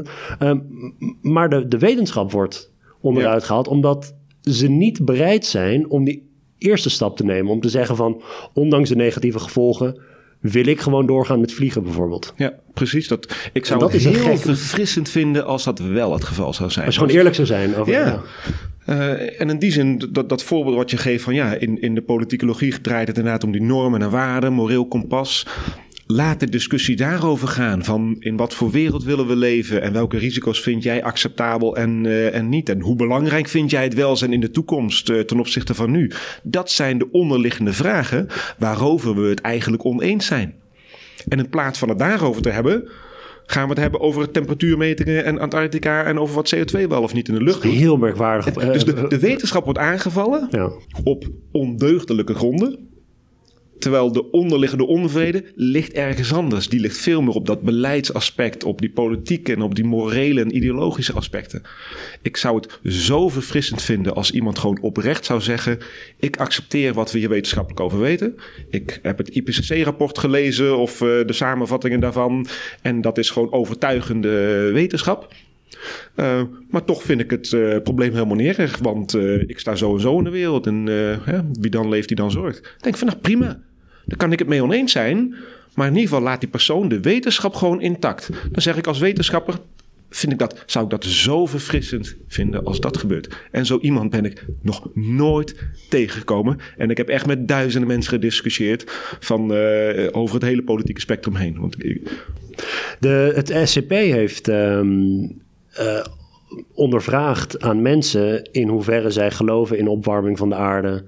maar de, de wetenschap wordt onderuit ja. gehaald, omdat ze niet bereid zijn om die eerste stap te nemen. Om te zeggen van, ondanks de negatieve gevolgen, wil ik gewoon doorgaan met vliegen bijvoorbeeld. Ja, precies. Dat, ik zou dat het heel verfrissend vinden als dat wel het geval zou zijn. Als je gewoon eerlijk zou zijn. Over, ja. ja. Uh, en in die zin, dat, dat voorbeeld wat je geeft van ja, in, in de politicologie draait het inderdaad om die normen en waarden, moreel kompas. Laat de discussie daarover gaan. Van in wat voor wereld willen we leven en welke risico's vind jij acceptabel en, uh, en niet. En hoe belangrijk vind jij het welzijn in de toekomst uh, ten opzichte van nu. Dat zijn de onderliggende vragen waarover we het eigenlijk oneens zijn. En in plaats van het daarover te hebben, gaan we het hebben over temperatuurmetingen en Antarctica en over wat C O twee wel of niet in de lucht doet. Heel merkwaardig. Het, dus de, de wetenschap wordt aangevallen ja. op ondeugdelijke gronden. Terwijl de onderliggende onvrede ligt ergens anders. Die ligt veel meer op dat beleidsaspect, op die politieke en op die morele en ideologische aspecten. Ik zou het zo verfrissend vinden als iemand gewoon oprecht zou zeggen, ik accepteer wat we hier wetenschappelijk over weten. Ik heb het I P C C-rapport gelezen of uh, de samenvattingen daarvan. En dat is gewoon overtuigende wetenschap. Uh, maar toch vind ik het uh, probleem helemaal niet erg. Want uh, ik sta zo en zo in de wereld. En uh, ja, wie dan leeft, die dan zorgt. Ik denk van nou prima. Daar kan ik het mee oneens zijn. Maar in ieder geval laat die persoon de wetenschap gewoon intact. Dan zeg ik als wetenschapper, vind ik dat, zou ik dat zo verfrissend vinden als dat gebeurt. En zo iemand ben ik nog nooit tegengekomen. En ik heb echt met duizenden mensen gediscussieerd van, uh, over het hele politieke spectrum heen. Want ik... de, het S C P heeft Um... Uh, ondervraagd aan mensen in hoeverre zij geloven in opwarming van de aarde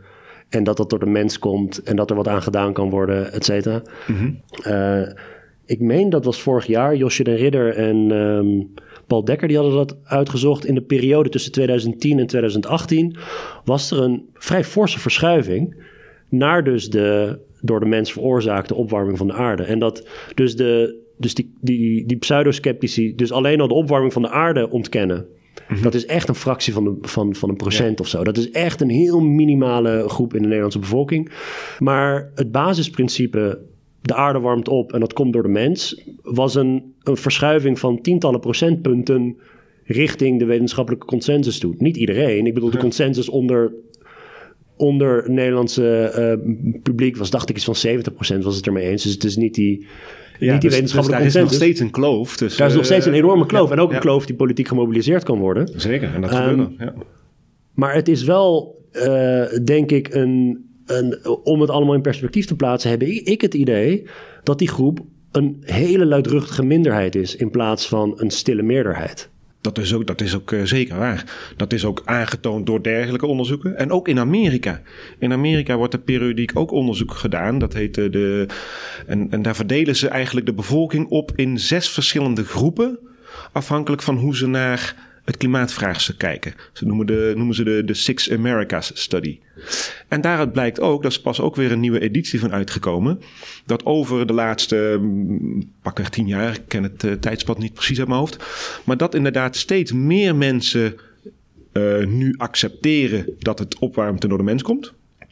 En dat dat door de mens komt en dat er wat aan gedaan kan worden, et cetera. Mm-hmm. Uh, ik meen, dat was vorig jaar, Josje den Ridder en um, Paul Dekker, die hadden dat uitgezocht. In de periode tussen twintig tien en twintig achttien was er een vrij forse verschuiving naar dus de door de mens veroorzaakte opwarming van de aarde. En dat dus, de, dus die, die, die pseudoskeptici dus alleen al de opwarming van de aarde ontkennen. Mm-hmm. Dat is echt een fractie van, de, van, van een procent ja. of zo. Dat is echt een heel minimale groep in de Nederlandse bevolking. Maar het basisprincipe, de aarde warmt op en dat komt door de mens, was een, een verschuiving van tientallen procentpunten richting de wetenschappelijke consensus toe. Niet iedereen. Ik bedoel, de consensus onder, onder het Nederlandse uh, publiek was, dacht ik, iets van zeventig procent was het ermee eens. Dus het is niet die... Ja, niet die dus, wetenschappelijke dus daar consensus. is nog steeds een kloof. Dus, daar is nog steeds een enorme kloof. Ja, en ook ja. een kloof die politiek gemobiliseerd kan worden. Zeker, en dat um, gebeurt ja. Maar het is wel, uh, denk ik, een, een, om het allemaal in perspectief te plaatsen, heb ik het idee dat die groep een hele luidruchtige minderheid is in plaats van een stille meerderheid. Dat is ook, dat is ook uh, zeker waar. Dat is ook aangetoond door dergelijke onderzoeken. En ook in Amerika. In Amerika wordt er periodiek ook onderzoek gedaan. Dat heet de, de en, en daar verdelen ze eigenlijk de bevolking op in zes verschillende groepen. Afhankelijk van hoe ze naar het klimaatvraagstuk kijken. Ze noemen, de, noemen ze de, de Six Americas Study. En daaruit blijkt ook, dat is pas ook weer een nieuwe editie van uitgekomen, dat over de laatste pakweg tien jaar, ik ken het uh, tijdspad niet precies uit mijn hoofd, maar dat inderdaad steeds meer mensen uh, nu accepteren dat het opwarmte door de mens komt.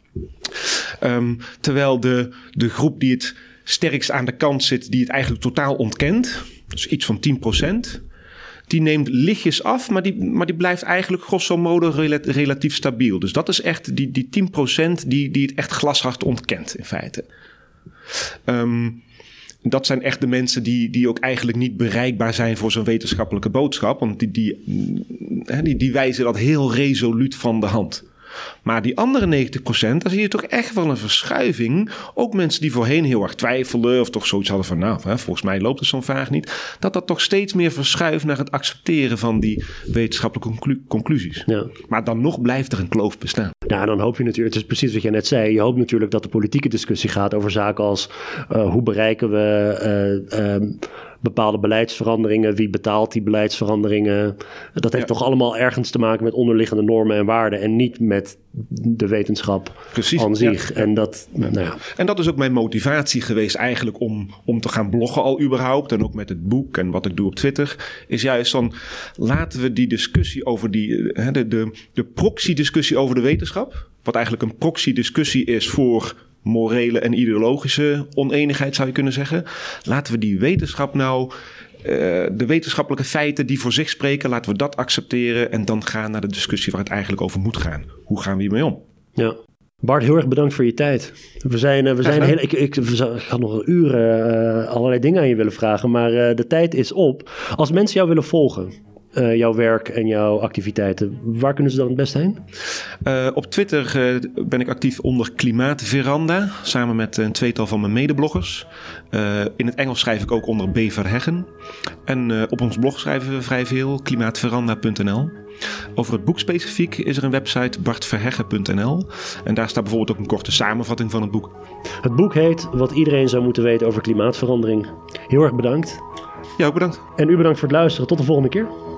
Um, terwijl de, de groep die het sterkst aan de kant zit, die het eigenlijk totaal ontkent, dus iets van tien procent... die neemt lichtjes af, maar die, maar die blijft eigenlijk grosso modo relatief stabiel. Dus dat is echt die, die tien procent die, die het echt glashard ontkent in feite. Um, dat zijn echt de mensen die, die ook eigenlijk niet bereikbaar zijn voor zo'n wetenschappelijke boodschap. Want die, die, die, die wijzen dat heel resoluut van de hand. Maar die andere negentig procent, daar zie je toch echt wel een verschuiving. Ook mensen die voorheen heel erg twijfelden of toch zoiets hadden van, nou, hè, volgens mij loopt het zo'n vraag niet. Dat dat toch steeds meer verschuift naar het accepteren van die wetenschappelijke conclu- conclusies. Ja. Maar dan nog blijft er een kloof bestaan. Ja, dan hoop je natuurlijk, het is precies wat jij net zei, je hoopt natuurlijk dat de politieke discussie gaat over zaken als uh, hoe bereiken we uh, um, bepaalde beleidsveranderingen, wie betaalt die beleidsveranderingen. Dat heeft ja. toch allemaal ergens te maken met onderliggende normen en waarden en niet met de wetenschap Precies, aan zich. Ja. En, dat, ja. Nou ja. en dat is ook mijn motivatie geweest eigenlijk om, om te gaan bloggen al überhaupt. En ook met het boek en wat ik doe op Twitter. Is juist van, laten we die discussie over die, de, de, de proxy-discussie over de wetenschap. Wat eigenlijk een proxy-discussie is voor morele en ideologische oneenigheid, zou je kunnen zeggen. Laten we die wetenschap nou, uh, de wetenschappelijke feiten die voor zich spreken, laten we dat accepteren en dan gaan naar de discussie waar het eigenlijk over moet gaan. Hoe gaan we hiermee om? Ja. Bart, heel erg bedankt voor je tijd. We zijn, uh, we zijn heel, ik, ik, ik had nog een uur uh, allerlei dingen aan je willen vragen, maar uh, de tijd is op. Als mensen jou willen volgen, Uh, jouw werk en jouw activiteiten, waar kunnen ze dan het best heen? Uh, op Twitter uh, ben ik actief onder Klimaatveranda, samen met een tweetal van mijn medebloggers. Uh, in het Engels schrijf ik ook onder B. Verheggen. En uh, op ons blog schrijven we vrij veel, klimaatveranda punt n l. Over het boek specifiek is er een website, bart verheggen punt n l. En daar staat bijvoorbeeld ook een korte samenvatting van het boek. Het boek heet Wat iedereen zou moeten weten over klimaatverandering. Heel erg bedankt. Ja, ook bedankt. En u bedankt voor het luisteren. Tot de volgende keer.